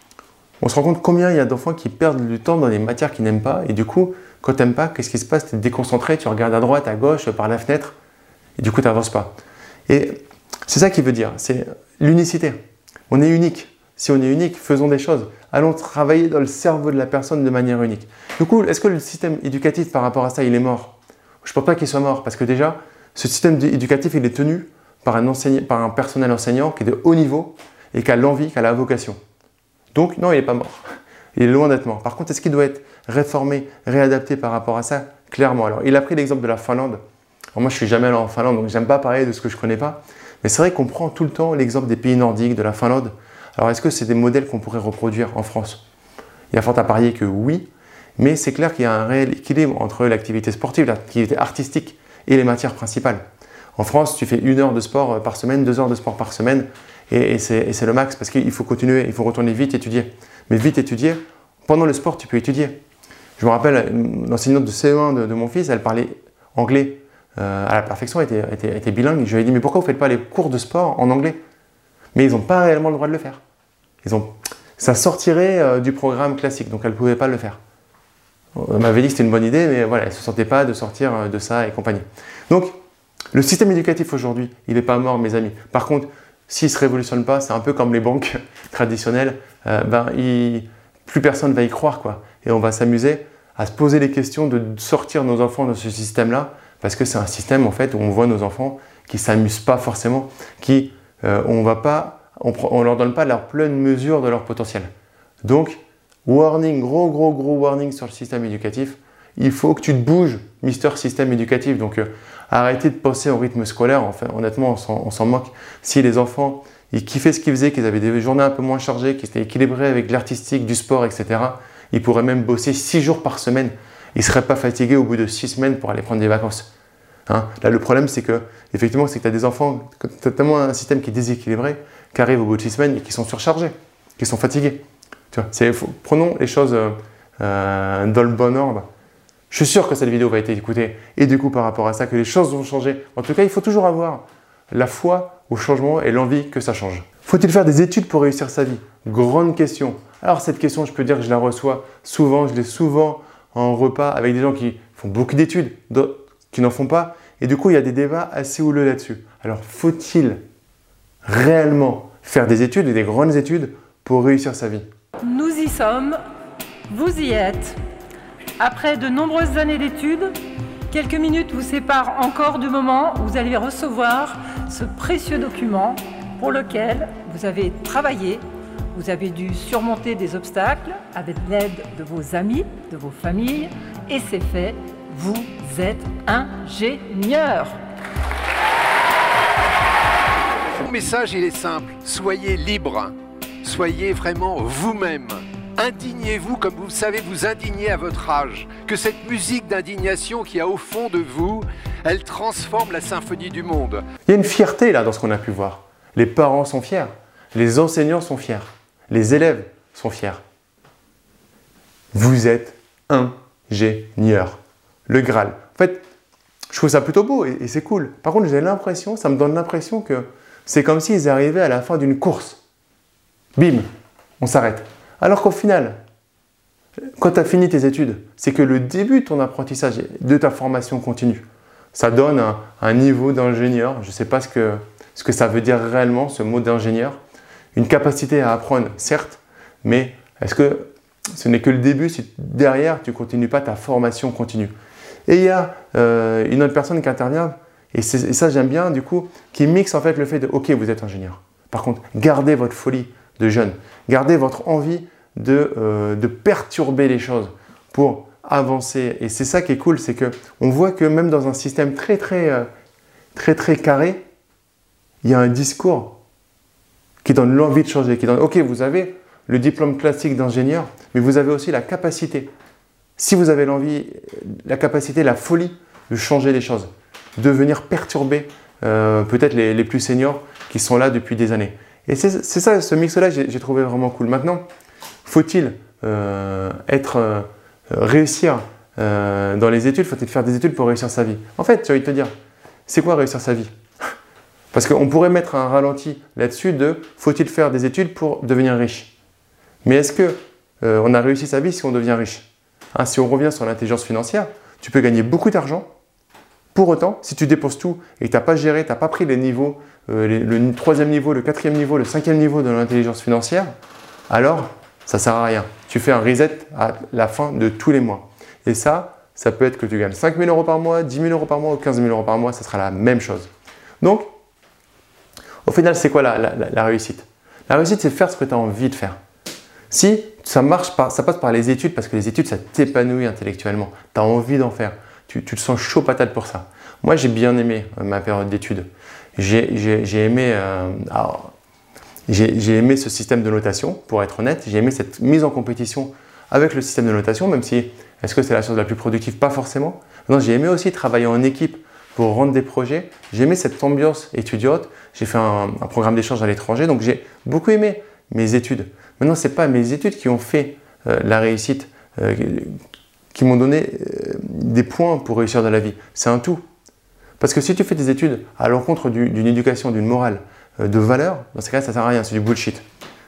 on se rend compte combien il y a d'enfants qui perdent du temps dans des matières qu'ils n'aiment pas et du coup, quand tu n'aimes pas, qu'est-ce qui se passe? Tu es déconcentré, tu regardes à droite, à gauche, par la fenêtre, et du coup, tu n'avances pas. Et c'est ça qui veut dire, c'est l'unicité. On est unique. Si on est unique, faisons des choses. Allons travailler dans le cerveau de la personne de manière unique. Du coup, est-ce que le système éducatif par rapport à ça, il est mort? Je ne pense pas qu'il soit mort, parce que déjà, ce système éducatif, il est tenu par un, enseignant, par un personnel enseignant qui est de haut niveau et qui a l'envie, qui a la vocation. Donc, non, il n'est pas mort. Il est loin d'être mort. Par contre, est-ce qu'il doit être réformé, réadapté par rapport à ça? Clairement. Alors, il a pris l'exemple de la Finlande. Alors, moi, je ne suis jamais allé en Finlande, donc je n'aime pas parler de ce que je ne connais pas. Mais c'est vrai qu'on prend tout le temps l'exemple des pays nordiques, de la Finlande. Alors, est-ce que c'est des modèles qu'on pourrait reproduire en France? Il y a fort à parier que oui, mais c'est clair qu'il y a un réel équilibre entre l'activité sportive, l'activité artistique et les matières principales. En France, tu fais une heure de sport par semaine, deux heures de sport par semaine, et, et c'est le max parce qu'il faut continuer, il faut retourner vite étudier. Mais vite étudier, pendant le sport, tu peux étudier. Je me rappelle, l'enseignante de C E un de, de mon fils, elle parlait anglais euh, à la perfection, elle était, était, était bilingue. Je lui ai dit, mais pourquoi vous ne faites pas les cours de sport en anglais? Mais ils n'ont pas réellement le droit de le faire. Ils ont, ça sortirait euh, du programme classique, donc elle ne pouvait pas le faire. Elle m'avait dit que c'était une bonne idée, mais voilà, elle ne se sentait pas de sortir euh, de ça et compagnie. Donc, le système éducatif aujourd'hui, il n'est pas mort, mes amis. Par contre, s'il ne se révolutionne pas, c'est un peu comme les banques traditionnelles, euh, ben, il, plus personne ne va y croire, quoi. Et on va s'amuser à se poser les questions de sortir nos enfants de ce système-là, parce que c'est un système en fait où on voit nos enfants qui ne s'amusent pas forcément, qui euh, on va pas, on ne leur donne pas leur pleine mesure de leur potentiel. Donc, warning, gros gros gros warning sur le système éducatif. Il faut que tu te bouges, Mister Système éducatif. Donc, euh, arrêtez de penser au rythme scolaire. Enfin, honnêtement, on s'en moque. Si les enfants, ils kiffaient ce qu'ils faisaient, qu'ils avaient des journées un peu moins chargées, qu'ils étaient équilibrés avec l'artistique, du sport, et cetera, ils pourraient même bosser six jours par semaine. Ils ne seraient pas fatigués au bout de six semaines pour aller prendre des vacances. Hein? Là, le problème, c'est que, effectivement, c'est que tu as des enfants, tu as tellement un système qui est déséquilibré, qui arrivent au bout de six semaines et qui sont surchargés, qui sont fatigués. Tu vois, faut, prenons les choses euh, dans le bon ordre. Je suis sûr que cette vidéo va être écoutée et du coup, par rapport à ça, que les choses vont changer. En tout cas, il faut toujours avoir la foi au changement et l'envie que ça change. Faut-il faire des études pour réussir sa vie? Grande question. Alors cette question, je peux dire que je la reçois souvent, je l'ai souvent en repas avec des gens qui font beaucoup d'études, d'autres qui n'en font pas. Et du coup, il y a des débats assez houleux là-dessus. Alors, faut-il réellement faire des études et des grandes études pour réussir sa vie? Nous y sommes, vous y êtes. Après de nombreuses années d'études, quelques minutes vous séparent encore du moment où vous allez recevoir ce précieux document pour lequel vous avez travaillé, vous avez dû surmonter des obstacles avec l'aide de vos amis, de vos familles et c'est fait, vous êtes ingénieur. Mon message, il est simple. Soyez libre. Soyez vraiment vous-même. Indignez-vous comme vous savez vous indigner à votre âge. Que cette musique d'indignation qu'il y a au fond de vous, elle transforme la symphonie du monde. Il y a une fierté là dans ce qu'on a pu voir. Les parents sont fiers, les enseignants sont fiers, les élèves sont fiers. Vous êtes ingénieur. Le Graal. En fait, je trouve ça plutôt beau et, et c'est cool. Par contre, j'ai l'impression, ça me donne l'impression que c'est comme s'ils arrivaient à la fin d'une course. Bim, on s'arrête. Alors qu'au final, quand tu as fini tes études, c'est que le début de ton apprentissage, de ta formation continue. Ça donne un, un niveau d'ingénieur. Je ne sais pas ce que, ce que ça veut dire réellement, ce mot d'ingénieur. Une capacité à apprendre, certes, mais est-ce que ce n'est que le début si derrière, tu ne continues pas ta formation continue? Et il y a euh, une autre personne qui intervient, et, et ça j'aime bien, du coup, qui mixe en fait le fait de « Ok, vous êtes ingénieur ». Par contre, gardez votre folie de jeune. Gardez votre envie de, euh, de perturber les choses pour avancer. Et c'est ça qui est cool, c'est qu'on voit que même dans un système très très, euh, très très carré, il y a un discours qui donne l'envie de changer, qui donne « Ok, vous avez le diplôme classique d'ingénieur, mais vous avez aussi la capacité, si vous avez l'envie, la capacité, la folie de changer les choses, de venir perturber euh, peut-être les, les plus seniors qui sont là depuis des années. » Et c'est ça, ce mix-là, j'ai trouvé vraiment cool. Maintenant, faut-il euh, être, euh, réussir euh, dans les études? Faut-il faire des études pour réussir sa vie? En fait, j'ai envie de te dire, c'est quoi réussir sa vie? Parce qu'on pourrait mettre un ralenti là-dessus de faut-il faire des études pour devenir riche? Mais est-ce que euh, on a réussi sa vie si on devient riche? Hein, si on revient sur l'intelligence financière, tu peux gagner beaucoup d'argent. Pour autant, si tu déposes tout et que tu n'as pas géré, tu n'as pas pris les niveaux, euh, les, le troisième niveau, le quatrième niveau, le cinquième niveau de l'intelligence financière, alors ça ne sert à rien. Tu fais un reset à la fin de tous les mois. Et ça, ça peut être que tu gagnes cinq mille euros par mois, dix mille euros par mois ou quinze mille euros par mois, ça sera la même chose. Donc, au final, c'est quoi la, la, la réussite? La réussite, c'est faire ce que tu as envie de faire. Si ça marche pas, ça passe par les études, parce que les études, ça t'épanouit intellectuellement. Tu as envie d'en faire. Tu, tu te sens chaud patate pour ça. Moi, j'ai bien aimé euh, ma période d'études. J'ai aimé, euh, j'ai aimé ce système de notation, pour être honnête. J'ai aimé cette mise en compétition avec le système de notation, même si, est-ce que c'est la chose la plus productive? Pas forcément. J'ai aimé aussi travailler en équipe pour rendre des projets. J'ai aimé cette ambiance étudiante. J'ai fait un, un programme d'échange à l'étranger, donc j'ai beaucoup aimé mes études. Maintenant, ce n'est pas mes études qui ont fait euh, la réussite, euh, qui m'ont donné euh, des points pour réussir dans la vie. C'est un tout. Parce que si tu fais des études à l'encontre d'une éducation, d'une morale, euh, de valeurs, dans ces cas-là, ça ne sert à rien, c'est du bullshit.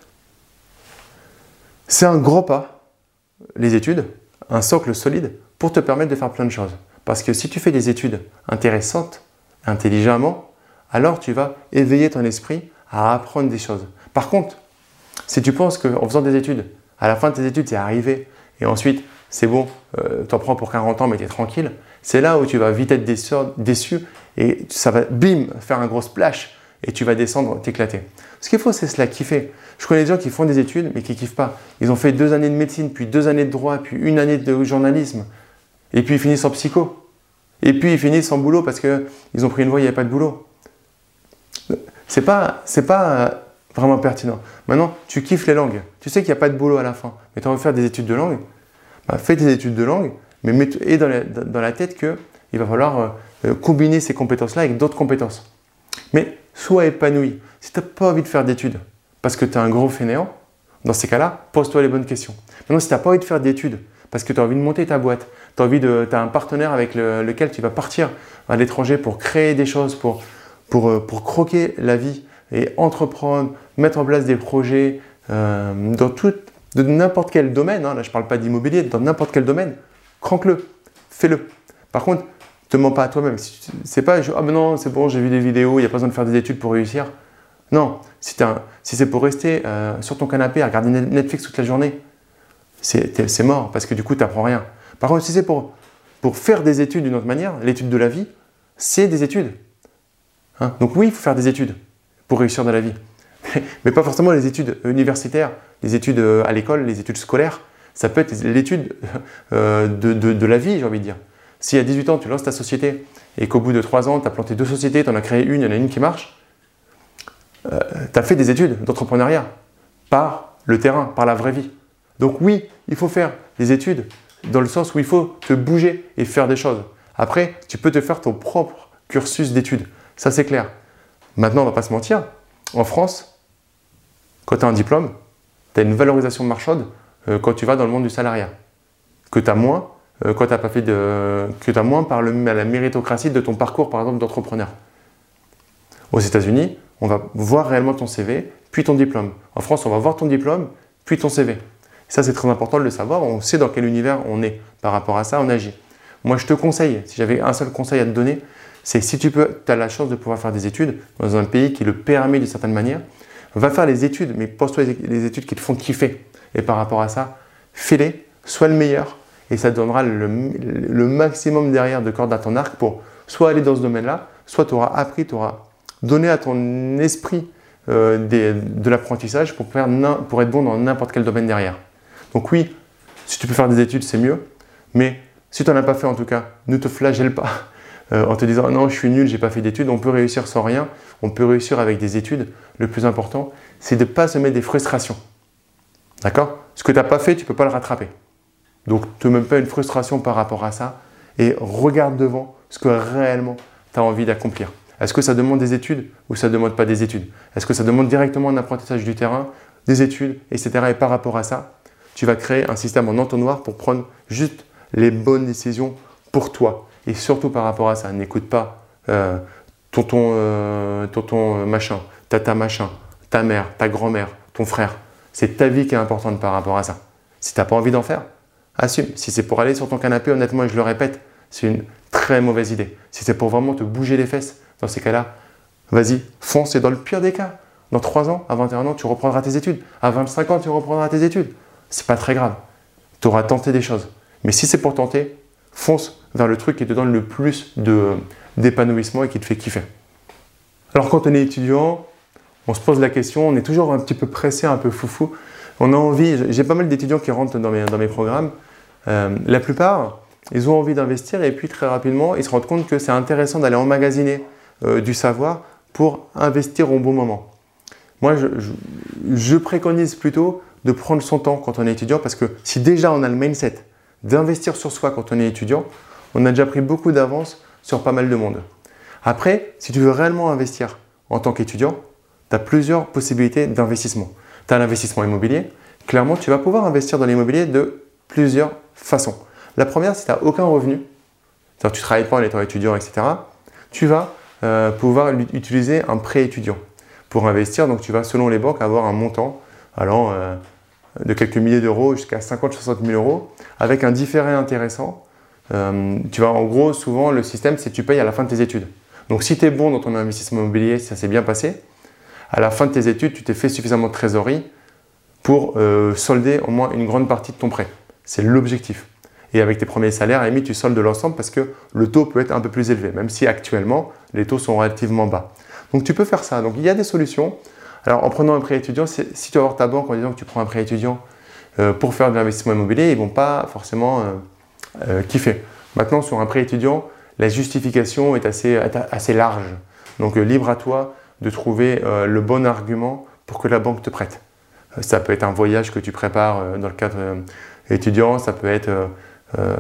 C'est un gros pas, les études, un socle solide pour te permettre de faire plein de choses. Parce que si tu fais des études intéressantes, intelligemment, alors tu vas éveiller ton esprit à apprendre des choses. Par contre, si tu penses qu'en faisant des études, à la fin de tes études, tu es arrivé et ensuite, c'est bon, euh, tu en prends pour quarante ans mais tu es tranquille, c'est là où tu vas vite être déçu, déçu et ça va, bim, faire un gros splash et tu vas descendre, t'éclater. Ce qu'il faut, c'est cela kiffer. Je connais des gens qui font des études mais qui ne kiffent pas. Ils ont fait deux années de médecine, puis deux années de droit, puis une année de journalisme et puis ils finissent en psycho. Et puis ils finissent en boulot parce qu'ils ont pris une voie, il n'y avait pas de boulot. C'est pas, c'est pas vraiment pertinent. Maintenant, tu kiffes les langues. Tu sais qu'il n'y a pas de boulot à la fin, mais tu as envie de faire des études de langue. Bah, fais tes études de langue, mais mets et dans la, dans la tête qu'il va falloir euh, combiner ces compétences-là avec d'autres compétences. Mais sois épanoui. Si tu n'as pas envie de faire d'études parce que tu es un gros fainéant, dans ces cas-là, pose-toi les bonnes questions. Maintenant, si tu n'as pas envie de faire d'études parce que tu as envie de monter ta boîte, tu as envie de, tu as un partenaire avec le, lequel tu vas partir à l'étranger pour créer des choses, pour, pour, pour croquer la vie et entreprendre, mettre en place des projets euh, dans tout, de n'importe quel domaine, hein, là je ne parle pas d'immobilier, dans n'importe quel domaine, cranque-le, fais-le. Par contre, ne te mens pas à toi-même. C'est pas, ah ben non, c'est bon, j'ai vu des vidéos, il n'y a pas besoin de faire des études pour réussir. Non, si, si c'est pour rester euh, sur ton canapé à regarder Netflix toute la journée, c'est mort, parce que du coup, tu n'apprends rien. Par contre, si c'est pour, pour faire des études d'une autre manière, l'étude de la vie, c'est des études. Hein? Donc oui, il faut faire des études pour réussir dans la vie. Mais pas forcément les études universitaires, les études à l'école, les études scolaires. Ça peut être l'étude euh, de, de, de la vie, j'ai envie de dire. Si à dix-huit ans, tu lances ta société et qu'au bout de trois ans, tu as planté deux sociétés, tu en as créé une, il y en a une qui marche, euh, tu as fait des études d'entrepreneuriat par le terrain, par la vraie vie. Donc oui, il faut faire des études dans le sens où il faut te bouger et faire des choses. Après, tu peux te faire ton propre cursus d'études. Ça, c'est clair. Maintenant, on ne va pas se mentir. En France, quand tu as un diplôme, tu as une valorisation marchande euh, quand tu vas dans le monde du salariat. Que tu as moins, euh, quand tu as pas fait de, que tu as moins par le, la méritocratie de ton parcours, par exemple, d'entrepreneur. Aux États-Unis, on va voir réellement ton C V, puis ton diplôme. En France, on va voir ton diplôme, puis ton C V. Ça, c'est très important de le savoir. On sait dans quel univers on est. Par rapport à ça, on agit. Moi, je te conseille, si j'avais un seul conseil à te donner, c'est si tu peux, tu as la chance de pouvoir faire des études dans un pays qui le permet d'une certaine manière, va faire les études, mais pose-toi les études qui te font kiffer. Et par rapport à ça, fais-les, sois le meilleur, et ça te donnera le, le maximum derrière de cordes à ton arc pour soit aller dans ce domaine-là, soit tu auras appris, tu auras donné à ton esprit euh, des, de l'apprentissage pour, pour être bon dans n'importe quel domaine derrière. Donc oui, si tu peux faire des études, c'est mieux, mais si tu n'en as pas fait en tout cas, ne te flagelle pas euh, en te disant « non, je suis nul, j'ai pas fait d'études ». On peut réussir sans rien, on peut réussir avec des études. Le plus important, c'est de ne pas se mettre des frustrations. D'accord? Ce que tu n'as pas fait, tu ne peux pas le rattraper. Donc, ne te mets pas une frustration par rapport à ça et regarde devant ce que réellement tu as envie d'accomplir. Est-ce que ça demande des études ou ça ne demande pas des études? Est-ce que ça demande directement un apprentissage du terrain, des études, et cetera. Et par rapport à ça, tu vas créer un système en entonnoir pour prendre juste les bonnes décisions pour toi. Et surtout par rapport à ça, n'écoute pas euh, tonton, euh, tonton machin, tata machin, ta mère, ta grand-mère, ton frère. C'est ta vie qui est importante par rapport à ça. Si tu n'as pas envie d'en faire, assume. Si c'est pour aller sur ton canapé, honnêtement, et je le répète, c'est une très mauvaise idée. Si c'est pour vraiment te bouger les fesses, dans ces cas-là, vas-y, fonce. Et dans le pire des cas, dans trois ans, à vingt et un ans, tu reprendras tes études. À vingt-cinq ans, tu reprendras tes études. C'est pas très grave. Tu auras tenté des choses. Mais si c'est pour tenter, fonce vers le truc qui te donne le plus d'épanouissement et qui te fait kiffer. Alors quand on est étudiant, on se pose la question, on est toujours un petit peu pressé, un peu foufou. On a envie, j'ai pas mal d'étudiants qui rentrent dans mes, dans mes programmes. Euh, la plupart, ils ont envie d'investir et puis très rapidement, ils se rendent compte que c'est intéressant d'aller emmagasiner euh, du savoir pour investir au bon moment. Moi, je, je, je préconise plutôt de prendre son temps quand on est étudiant parce que si déjà on a le mindset d'investir sur soi quand on est étudiant, on a déjà pris beaucoup d'avance sur pas mal de monde. Après, si tu veux réellement investir en tant qu'étudiant, tu as plusieurs possibilités d'investissement. Tu as l'investissement immobilier. Clairement, tu vas pouvoir investir dans l'immobilier de plusieurs façons. La première, si tu n'as aucun revenu, c'est-à-dire que tu ne travailles pas en étant étudiant, et cetera, tu vas euh, pouvoir utiliser un prêt étudiant pour investir. Donc, tu vas, selon les banques, avoir un montant allant euh, de quelques milliers d'euros jusqu'à cinquante à soixante mille euros avec un différé intéressant. Euh, tu vas, en gros, souvent, le système, c'est que tu payes à la fin de tes études. Donc, si tu es bon dans ton investissement immobilier, si ça s'est bien passé, à la fin de tes études, tu t'es fait suffisamment de trésorerie pour euh, solder au moins une grande partie de ton prêt. C'est l'objectif. Et avec tes premiers salaires, à la limite, tu soldes l'ensemble parce que le taux peut être un peu plus élevé, même si actuellement, les taux sont relativement bas. Donc, tu peux faire ça. Donc, il y a des solutions. Alors, en prenant un prêt étudiant, si tu vas voir ta banque en disant que tu prends un prêt étudiant euh, pour faire de l'investissement immobilier, ils ne vont pas forcément euh, euh, kiffer. Maintenant, sur un prêt étudiant, la justification est assez, assez large. Donc, euh, libre à toi de trouver euh, le bon argument pour que la banque te prête. Euh, ça peut être un voyage que tu prépares euh, dans le cadre euh, étudiant, ça peut être euh, euh,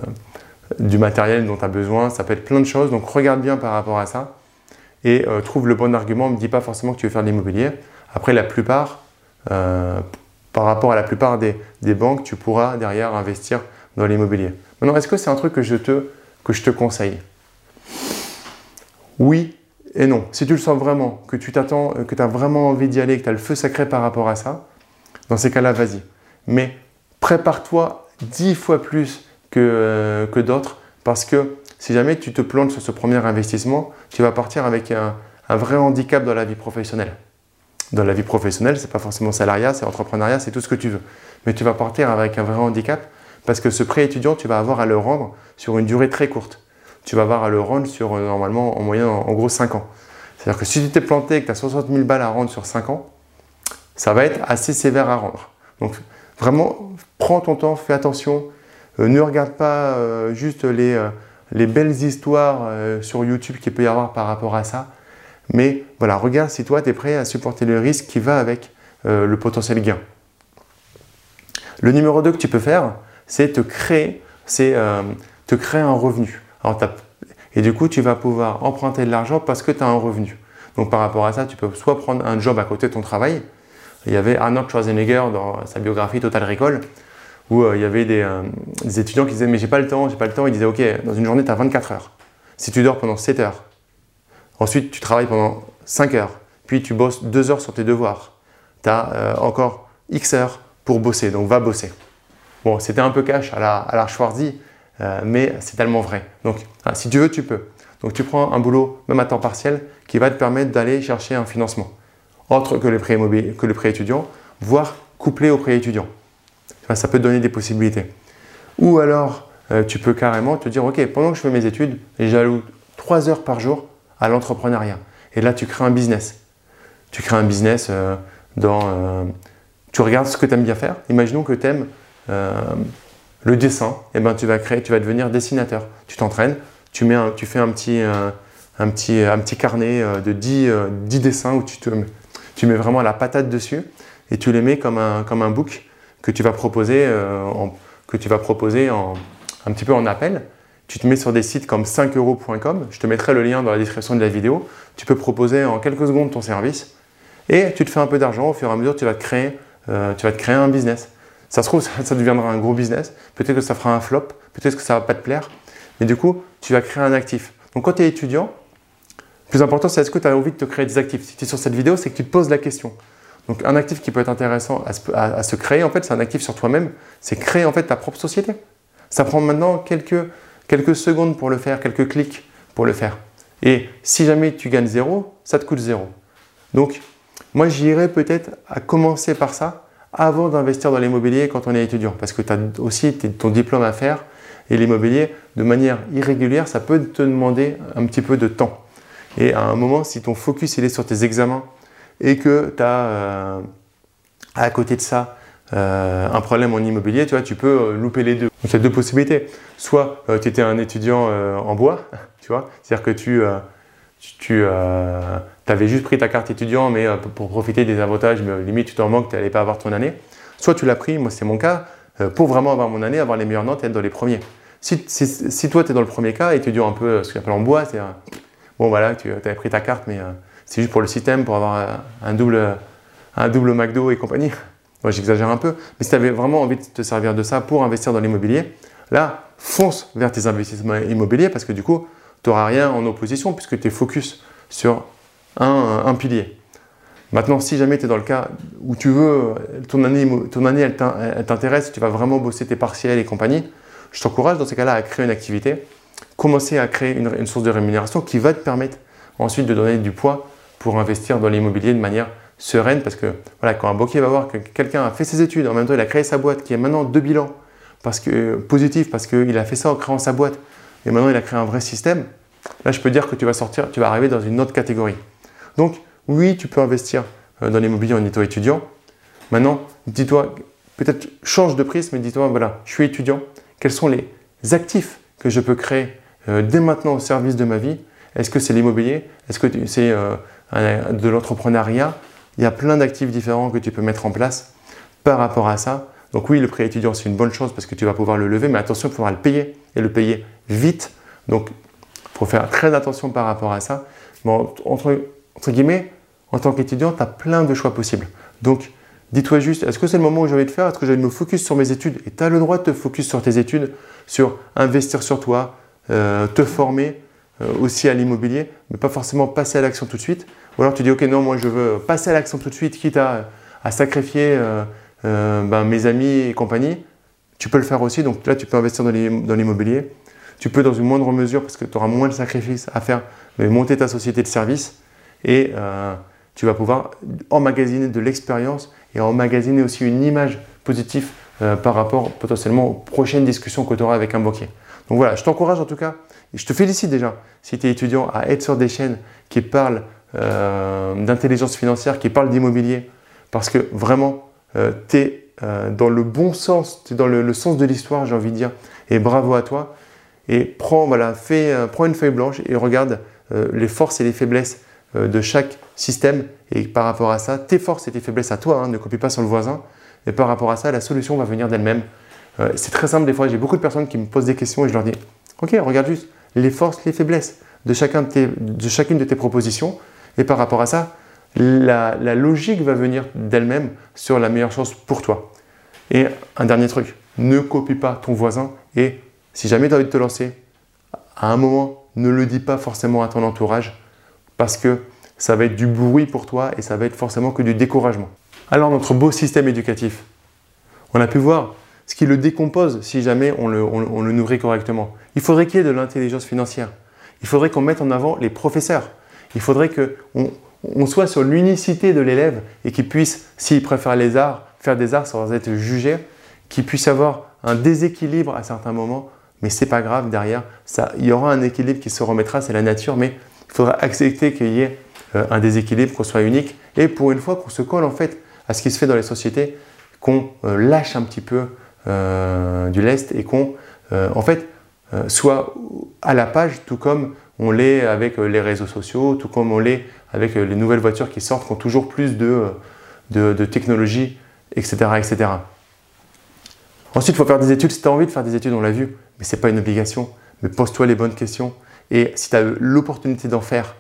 du matériel dont tu as besoin, ça peut être plein de choses. Donc, regarde bien par rapport à ça. Et euh, trouve le bon argument. Ne me dis pas forcément que tu veux faire de l'immobilier. Après, la plupart, euh, par rapport à la plupart des, des banques, tu pourras derrière investir dans l'immobilier. Maintenant, est-ce que c'est un truc que je te, que je te conseille? Oui et non. Si tu le sens vraiment, que tu t'attends, que tu as vraiment envie d'y aller, que tu as le feu sacré par rapport à ça, dans ces cas-là, vas-y. Mais prépare-toi dix fois plus que, euh, que d'autres parce que si jamais tu te plantes sur ce premier investissement, tu vas partir avec un, un vrai handicap dans la vie professionnelle. Dans la vie professionnelle, ce n'est pas forcément salariat, c'est entrepreneuriat, c'est tout ce que tu veux. Mais tu vas partir avec un vrai handicap parce que ce prêt étudiant, tu vas avoir à le rendre sur une durée très courte. Tu vas avoir à le rendre sur, normalement, en moyenne, en, en gros, cinq ans. C'est-à-dire que si tu t'es planté et que tu as soixante mille balles à rendre sur cinq ans, ça va être assez sévère à rendre. Donc, Vraiment, prends ton temps, fais attention. Euh, ne regarde pas euh, juste les, euh, les belles histoires euh, sur YouTube qu'il peut y avoir par rapport à ça. Mais voilà, regarde si toi, tu es prêt à supporter le risque qui va avec euh, le potentiel gain. Le numéro deux que tu peux faire, c'est te créer, c'est, euh, te créer un revenu. Alors, et du coup, tu vas pouvoir emprunter de l'argent parce que tu as un revenu. Donc, par rapport à ça, tu peux soit prendre un job à côté de ton travail. Il y avait Arnold Schwarzenegger dans sa biographie Total Recall, où euh, il y avait des, euh, des étudiants qui disaient « mais j'ai pas le temps, j'ai pas le temps ». Il disait « ok, dans une journée, tu as vingt-quatre heures. Si tu dors pendant sept heures, ensuite tu travailles pendant cinq heures, puis tu bosses deux heures sur tes devoirs. Tu as euh, encore X heures pour bosser, donc va bosser ». Bon, c'était un peu cash à la, à la Schwarzy, euh, mais c'est tellement vrai. Donc, ah, si tu veux, tu peux. Donc, tu prends un boulot, même à temps partiel, qui va te permettre d'aller chercher un financement, autre que le prêt immobilier, que le prêt étudiant, voire couplé au prêt étudiant. Enfin, ça peut te donner des possibilités. Ou alors, euh, tu peux carrément te dire, ok, pendant que je fais mes études, j'alloue trois heures par jour à l'entrepreneuriat. Et là, tu crées un business. Tu crées un business euh, dans… Euh, tu regardes ce que tu aimes bien faire. Imaginons que tu aimes euh, le dessin. Et ben, tu vas créer, tu vas devenir dessinateur. Tu t'entraînes, tu, mets un, tu fais un petit, euh, un petit, un petit carnet euh, de dix, euh, dix dessins où tu, te, tu mets vraiment la patate dessus et tu les mets comme un, comme un book que tu vas proposer, euh, en, que tu vas proposer en, un petit peu en appel. Tu te mets sur des sites comme cinq euros point com, je te mettrai le lien dans la description de la vidéo. Tu peux proposer en quelques secondes ton service et tu te fais un peu d'argent. Au fur et à mesure, tu vas te créer, euh, tu vas te créer un business. Ça se trouve, ça, ça deviendra un gros business. Peut-être que ça fera un flop, peut-être que ça ne va pas te plaire. Mais du coup, tu vas créer un actif. Donc, quand tu es étudiant, le plus important, c'est est-ce que tu as envie de te créer des actifs. Si tu es sur cette vidéo, c'est que tu te poses la question. Donc, un actif qui peut être intéressant à se, à, à se créer, en fait, c'est un actif sur toi-même. C'est créer en fait ta propre société. Ça prend maintenant quelques… quelques secondes pour le faire, quelques clics pour le faire. Et si jamais tu gagnes zéro, ça te coûte zéro. Donc, moi, j'irais peut-être à commencer par ça avant d'investir dans l'immobilier quand on est étudiant. Parce que tu as aussi ton diplôme à faire et l'immobilier, de manière irrégulière, ça peut te demander un petit peu de temps. Et à un moment, si ton focus il est sur tes examens et que tu as euh, à côté de ça, Euh, un problème en immobilier, tu vois, tu peux euh, louper les deux. Donc, il y a deux possibilités. Soit euh, tu étais un étudiant euh, en bois, tu vois, c'est-à-dire que tu, euh, tu, tu euh, avais juste pris ta carte étudiant, mais euh, pour profiter des avantages, mais euh, limite tu t'en manques, tu n'allais pas avoir ton année. Soit tu l'as pris, moi c'est mon cas, euh, pour vraiment avoir mon année, avoir les meilleures notes et être dans les premiers. Si, si, si toi tu es dans le premier cas, étudiant un peu euh, ce qu'on appelle en bois, c'est euh, bon voilà, tu avais pris ta carte, mais euh, c'est juste pour le système, pour avoir un, un, double, un double McDo et compagnie. Moi, j'exagère un peu, mais si tu avais vraiment envie de te servir de ça pour investir dans l'immobilier, là, fonce vers tes investissements immobiliers parce que du coup, tu n'auras rien en opposition puisque tu es focus sur un, un pilier. Maintenant, si jamais tu es dans le cas où tu veux, ton année, ton année elle t'intéresse, tu vas vraiment bosser tes partiels et compagnie, je t'encourage dans ces cas-là à créer une activité, commencer à créer une, une source de rémunération qui va te permettre ensuite de donner du poids pour investir dans l'immobilier de manière sereine parce que voilà, quand un banquier va voir que quelqu'un a fait ses études, en même temps il a créé sa boîte qui a maintenant deux bilans parce que, positifs parce qu'il a fait ça en créant sa boîte et maintenant il a créé un vrai système, là je peux dire que tu vas sortir, tu vas arriver dans une autre catégorie. Donc oui, tu peux investir dans l'immobilier en étant étudiant. Maintenant, dis-toi, peut-être change de prisme, mais dis-toi, voilà, je suis étudiant, quels sont les actifs que je peux créer euh, dès maintenant au service de ma vie? Est-ce que c'est l'immobilier? Est-ce que c'est euh, de l'entrepreneuriat? Il y a plein d'actifs différents que tu peux mettre en place par rapport à ça. Donc oui, le prêt étudiant, c'est une bonne chose parce que tu vas pouvoir le lever, mais attention, il faudra le payer et le payer vite. Donc, il faut faire très attention par rapport à ça. Bon, entre, entre guillemets, en tant qu'étudiant, tu as plein de choix possibles. Donc, dis-toi juste, est-ce que c'est le moment où j'ai envie de faire? Est-ce que j'ai envie de me focus sur mes études? Et tu as le droit de te focus sur tes études, sur investir sur toi, euh, te former euh, aussi à l'immobilier, mais pas forcément passer à l'action tout de suite. Ou alors tu dis, ok, non, moi je veux passer à l'action tout de suite, quitte à, à sacrifier euh, euh, ben, mes amis et compagnie. Tu peux le faire aussi, donc là tu peux investir dans l'immobilier. Tu peux dans une moindre mesure, parce que tu auras moins de sacrifices à faire, mais monter ta société de service et euh, tu vas pouvoir emmagasiner de l'expérience et emmagasiner aussi une image positive euh, par rapport potentiellement aux prochaines discussions que tu auras avec un banquier. Donc voilà, je t'encourage en tout cas, et je te félicite déjà si tu es étudiant à être sur des chaînes qui parlent Euh, d'intelligence financière, qui parle d'immobilier, parce que vraiment, euh, tu es euh, dans le bon sens, tu es dans le, le sens de l'histoire, j'ai envie de dire. Et bravo à toi. Et prends, voilà, fais, euh, prends une feuille blanche et regarde euh, les forces et les faiblesses euh, de chaque système. Et par rapport à ça, tes forces et tes faiblesses à toi, hein, ne copie pas sur le voisin. Et par rapport à ça, la solution va venir d'elle-même. Euh, c'est très simple des fois. J'ai beaucoup de personnes qui me posent des questions et je leur dis « Ok, regarde juste les forces, les faiblesses de, chacun de, tes, de chacune de tes propositions. Et par rapport à ça, la, la logique va venir d'elle-même sur la meilleure chose pour toi. » Et un dernier truc, ne copie pas ton voisin et si jamais tu as envie de te lancer, à un moment, ne le dis pas forcément à ton entourage parce que ça va être du bruit pour toi et ça va être forcément que du découragement. Alors notre beau système éducatif, on a pu voir ce qui le décompose si jamais on le, on, on le nourrit correctement. Il faudrait qu'il y ait de l'intelligence financière. Il faudrait qu'on mette en avant les professeurs. Il faudrait qu'on on soit sur l'unicité de l'élève et qu'il puisse, s'il préfère les arts, faire des arts sans être jugé, qu'il puisse avoir un déséquilibre à certains moments, mais ce n'est pas grave derrière. Ça, il y aura un équilibre qui se remettra, c'est la nature, mais il faudra accepter qu'il y ait euh, un déséquilibre, qu'on soit unique et pour une fois qu'on se colle en fait à ce qui se fait dans les sociétés, qu'on euh, lâche un petit peu euh, du lest et qu'on euh, en fait euh, soit à la page, tout comme on l'est avec euh, les réseaux sociaux, tout comme on l'est avec euh, les nouvelles voitures qui sortent, qui ont toujours plus de, de, de technologie, et cetera, et cetera. Ensuite, il faut faire des études. Si tu as envie de faire des études, on l'a vu, mais ce n'est pas une obligation. Mais pose-toi les bonnes questions. Et si tu as l'opportunité d'en faire,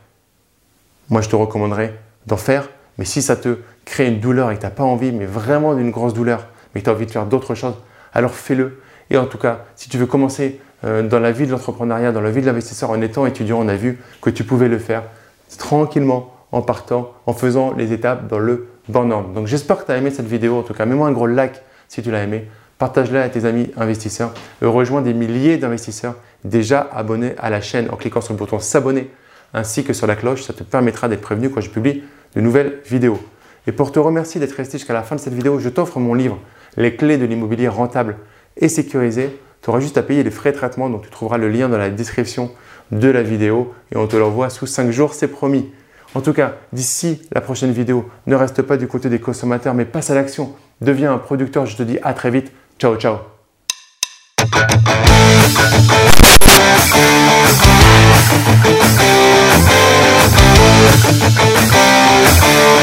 moi je te recommanderais d'en faire. Mais si ça te crée une douleur et que tu n'as pas envie, mais vraiment d'une grosse douleur, mais que tu as envie de faire d'autres choses, alors fais-le. Et en tout cas, si tu veux commencer euh, dans la vie de l'entrepreneuriat, dans la vie de l'investisseur en étant étudiant, on a vu que tu pouvais le faire tranquillement en partant, en faisant les étapes dans le bon ordre. Donc j'espère que tu as aimé cette vidéo. En tout cas, mets-moi un gros like si tu l'as aimé. Partage-la à tes amis investisseurs et rejoins des milliers d'investisseurs déjà abonnés à la chaîne en cliquant sur le bouton s'abonner ainsi que sur la cloche. Ça te permettra d'être prévenu quand je publie de nouvelles vidéos. Et pour te remercier d'être resté jusqu'à la fin de cette vidéo, je t'offre mon livre « Les clés de l'immobilier rentable et sécurisé ». Tu auras juste à payer les frais de traitement, donc tu trouveras le lien dans la description de la vidéo et on te l'envoie sous cinq jours, c'est promis. En tout cas, d'ici la prochaine vidéo, ne reste pas du côté des consommateurs mais passe à l'action. Deviens un producteur, je te dis à très vite. Ciao, ciao. We'll be right back.